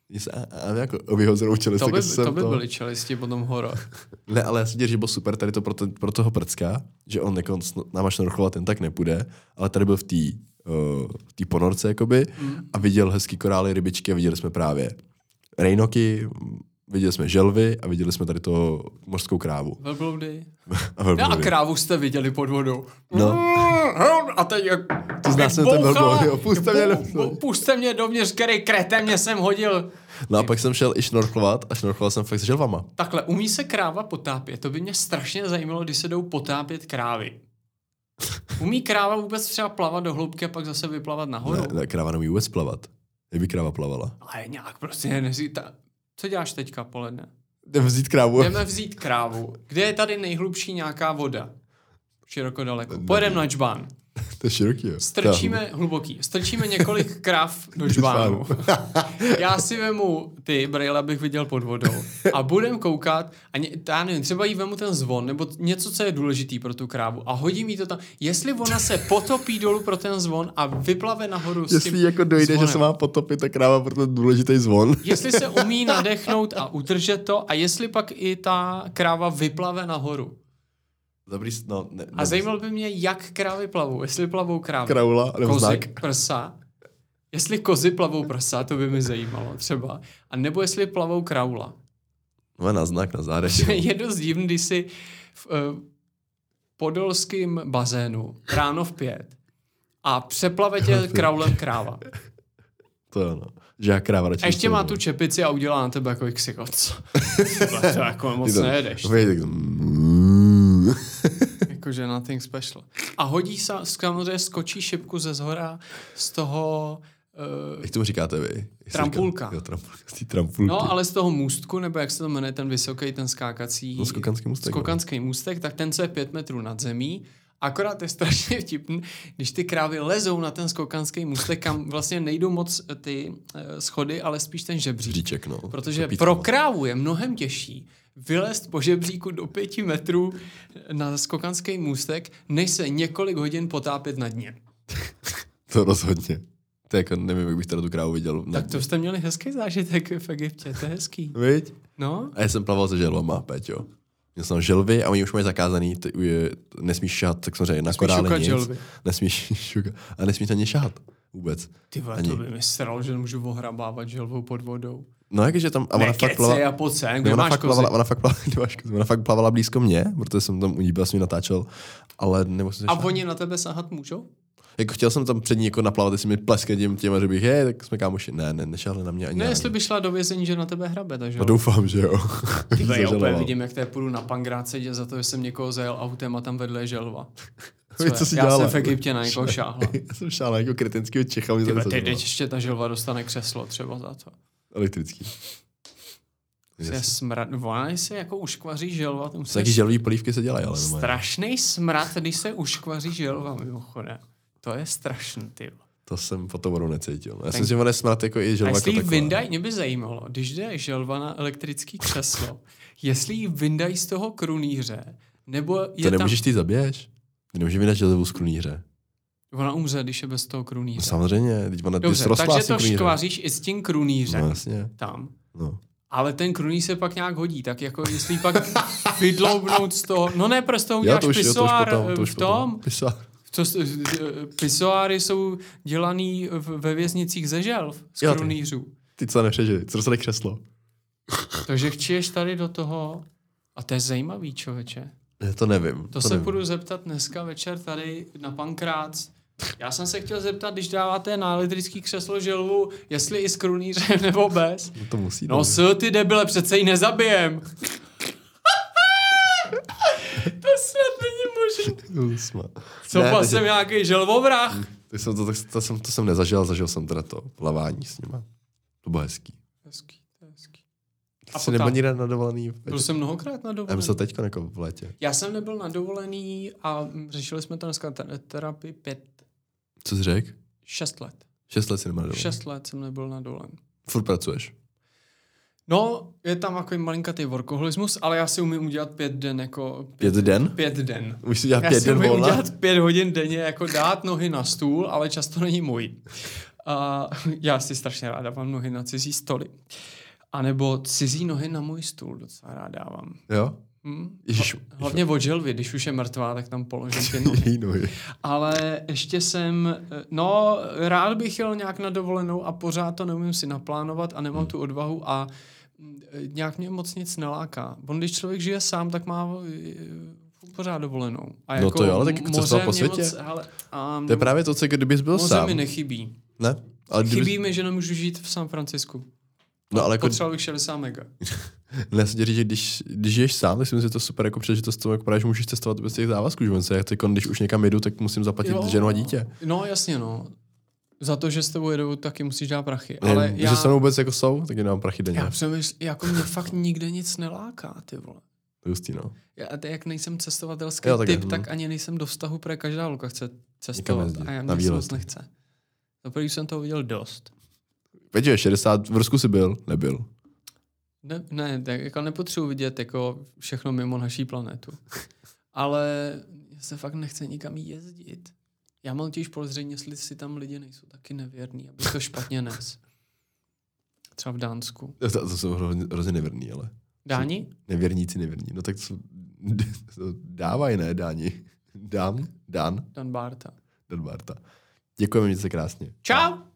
A jako obyhozenou čelist. To by, to by byly čelisti potom horor. Ne, ale já si dělám, že byl super tady to pro, to, pro toho prcka, že on jako náma šnorchlovat ten tak nepůjde, ale tady byl v té uh, v ponorce jakoby mm. a viděl hezký korály, rybičky a viděli jsme právě rejnoky, viděli jsme želvy a viděli jsme tady to mořskou krávu. Velbloudy. A, velbloudy. A krávu jste viděli pod vodou. No. A teď jak... To zná jsem ten velbloud, jo, puste mě dovnitř. Puste mě dovnitř, který kretem mě sem hodil. No a pak jsem šel i šnorchlovat a šnorchloval jsem fakt s želvama. Takhle, umí se kráva potápět? To by mě strašně zajímalo, když se jdou potápět krávy. Umí kráva vůbec třeba plavat do hloubky a pak zase vyplavat nahoru? Ne, ne kráva neumí vůbec plavat. Jak by kráva plavala? Ale nějak prostě nezí... Ta... Co děláš teďka poledne? Jdeme vzít krávu. Jdeme vzít krávu. Kde je tady nejhlubší nějaká voda? Široko daleko. Pojedeme na džbán. To je široký, jo. Strčíme, Tam. hluboký, strčíme několik krav do džbánu. Já si vemu ty brejle, abych viděl pod vodou. A budem koukat, a ně, já nevím, třeba jí vemu ten zvon, nebo něco, co je důležitý pro tu krávu. A hodím jí to tam. Jestli ona se potopí dolů pro ten zvon a vyplave nahoru s tím Jestli jako dojde, zvonem. Že se má potopit ta kráva pro ten důležitý zvon. Jestli se umí nadechnout a udržet to, a jestli pak i ta kráva vyplave nahoru. Dobrý, no, ne, a zajímalo by mě, jak krávy plavou. Jestli plavou krávy. Kraula, nebo kozy, znak. Prsa. Jestli kozy plavou prsa, to by mi zajímalo třeba. A nebo jestli plavou kraula. No na znak, na zádech. Je dost divný, když si v uh, podolském bazénu ráno v pět a přeplave tě kraulem kráva. To je ono. Že já kráva radši. A ještě má tu čepici a udělá na tebe jako ksiko. Co? To jako moc to, nejedeš. Vej, tak... Jakože nothing special. A hodí se, samozřejmě skočí šipku ze zhora z toho... Uh, jak tomu říkáte vy? Trampulka. Jo, trampulka. Z té trampulky. No, ale z toho můstku, nebo jak se to jmenuje, ten vysoký, ten skákací... No, skokanský můstek. Skokanský můstek, tak ten, co je pět metrů nad zemí. Akorát je strašně vtipný, když ty krávy lezou na ten skokanský můstek, kam vlastně nejdou moc ty uh, schody, ale spíš ten žebřík. Žebříček, no. Protože pro krávu je mnohem těžší vylézt po žebříku do pěti metrů na skokanský můstek, než se několik hodin potápět na dně. To rozhodně. To jako nevím, jak bych teda tu krávu viděl. Tak to jste měli hezký zážitek v Egyptě, to je hezký. Viď? No. A já jsem plaval se želvama, Péťo. Měl jsem želvy a oni už mají zakázaný, ty, je, nesmíš šahat, tak samozřejmě na korále nic. Želvy. Nesmíš šukat. A nesmíš na ně šahat vůbec. Ty vole, to by mi sral, že můžu ohrabávat želvou pod vodou. No jakože tam... A ona fakt plavala... a pojď sem, kde ona máš fakt kozy? plavala, ona, fakt plavala, ona fakt plavala blízko mě, protože jsem tam u ní vlastně natáčel, ale nebo jsem se A šahat. Oni na tebe sahat můžou? Jako chtěl jsem tam před ní jako naplavat, jestli mi pleskat těm těma, že bych, hej, tak jsme kámoši. Ne, ne, nešahli na mě ani. Ne, ani. jestli by šla do vězení, že na tebe hrabe, takže. No doufám, že jo. Tyhle, já úplně vidím, jak tady půjdu na Pangrát sedět za to, že jsem někoho zajel autem a tam vedle je želva. Co Víš, co jsi já dělala? jsem v Egyptě na někoho šáhla. Já jsem šáhla jako kretenského Čecha. Tyhle, teď ještě ta želva dostane křeslo třeba za to. Elektrický. Je smrad, ona se jako uškvaří želva. Taky želví polívky se dělají, ale strašný smrad, když se uškvaří želva, mimochodem. To je strašný, ty. To jsem po tom vodu necítil. Já si myslím, že on je smrad jako i želva. A jestli jí vyndají, mě by zajímalo, když jde želva na elektrický křeslo, jestli jí vyndají z toho krunýře, nebo je to nemůžeš tam... ty zabiješ. Ty nemůžeš vyndat želvu z krunýře. Ona umře, když je bez toho krunýře. No, samozřejmě, teď ona dobře, takže to škvaříš i s tím krunýřem. No, jasně. Tam. No. Ale ten krunýř se pak nějak hodí, tak jako jestli pak vydloubnout z toho, no ne, prostě toho uděláš pisoár v tom. Co, pisoáry jsou dělaný ve věznicích ze želv, z jo, krunýřů. Ty, ty co nepřežili, co dostali křeslo. Takže chčiješ tady do toho, a to je zajímavý, člověče. Já to nevím. To, to se nevím. budu zeptat dneska večer tady na Pankrác. Já jsem se chtěl zeptat, když dáváte na elektrický křeslo želvu, jestli i s krunýřem nebo bez. No to musí. No s, ty debile, přece ji nezabijem. To snad není možné. Co ne, pas jsem nějaký želvovrah? To jsem, to, to, to, jsem, to jsem nezažil, zažil jsem teda to plavání s nima. To bylo hezký. Hezký, to je hezký. A jsi nebyl nikde na dovolený? Byl jsem mnohokrát na dovolený. Já myslel teďko jako v létě. Já jsem nebyl na dovolený a řešili jsme to dneska terapii pět. Co jsi řekl? Šest let. Šest let jsi nebyl na dovolený. Šest let jsem nebyl na dovolený. Furt pracuješ? No, je tam takový malinkatý workoholismus, ale já si umím udělat pět den jako... Pět, pět den? Pět den. Můžeš si dělat já pět den volna? Já si umím udělat pět hodin denně, jako dát nohy na stůl, ale často není můj. A já si strašně rád dávám nohy na cizí stoly. A nebo cizí nohy na můj stůl docela rád dávám. Jo? Hmm? Ježiš, Hlavně od želvy, když už je mrtvá, tak tam položím ty nohy. nohy. Ale ještě jsem, no rád bych jel nějak na dovolenou a pořád to neumím si naplánovat a nemám hmm. tu odvahu a nějak mě moc nic neláká. On když člověk žije sám, tak má pořád dovolenou. A no jako to jo, ale tak cestoval po světě. Moc, hele, um, to je právě to, co kdybys byl moře sám. mi nechybí. Ne? Ale kdybys... Chybí mi, že nemůžu žít v San Francisku. No, ale jako... Potřeboval bych šedesát mega. Ne, se říct, že když, když žiješ sám, tak si myslím, že to super jako příležitost toho, jako právě, že můžeš cestovat bez těch závazků, že se, jak když už někam jedu, tak musím zaplatit jo, ženu a dítě. No jasně, no. Za to, že s tebou jedou, taky musíš dát prachy. Ne, ale že já... se mnou vůbec jako jsou, tak nemám prachy denně. Já přemýšlím, jako mě fakt nikde nic neláká, ty vole. Justý, no. Já, jak nejsem cestovatelský jo, tak typ, je, tak ani nejsem do vztahu, protože každá holka chce cestovat a já mě moc nechce. Zaprvé jsem toho viděl dost. Peťo, šedesát, v Rusku jsi byl? Nebyl. Ne, ne, tak jako nepotřebuji vidět jako všechno mimo naší planetu. Ale já se fakt nechce nikam jezdit. Já mám těž podezření, jestli si tam lidi nejsou taky nevěrní, aby to špatně nes. Třeba v Dánsku. To, to jsou hrozně, hrozně nevěrní, ale. Dáni? Nevěrníci nevěrní. No tak co, dávaj, ne, Dáni. Dám, Dan. Dan Barta. Dan Barta. Děkujeme, mějte se krásně. Čau!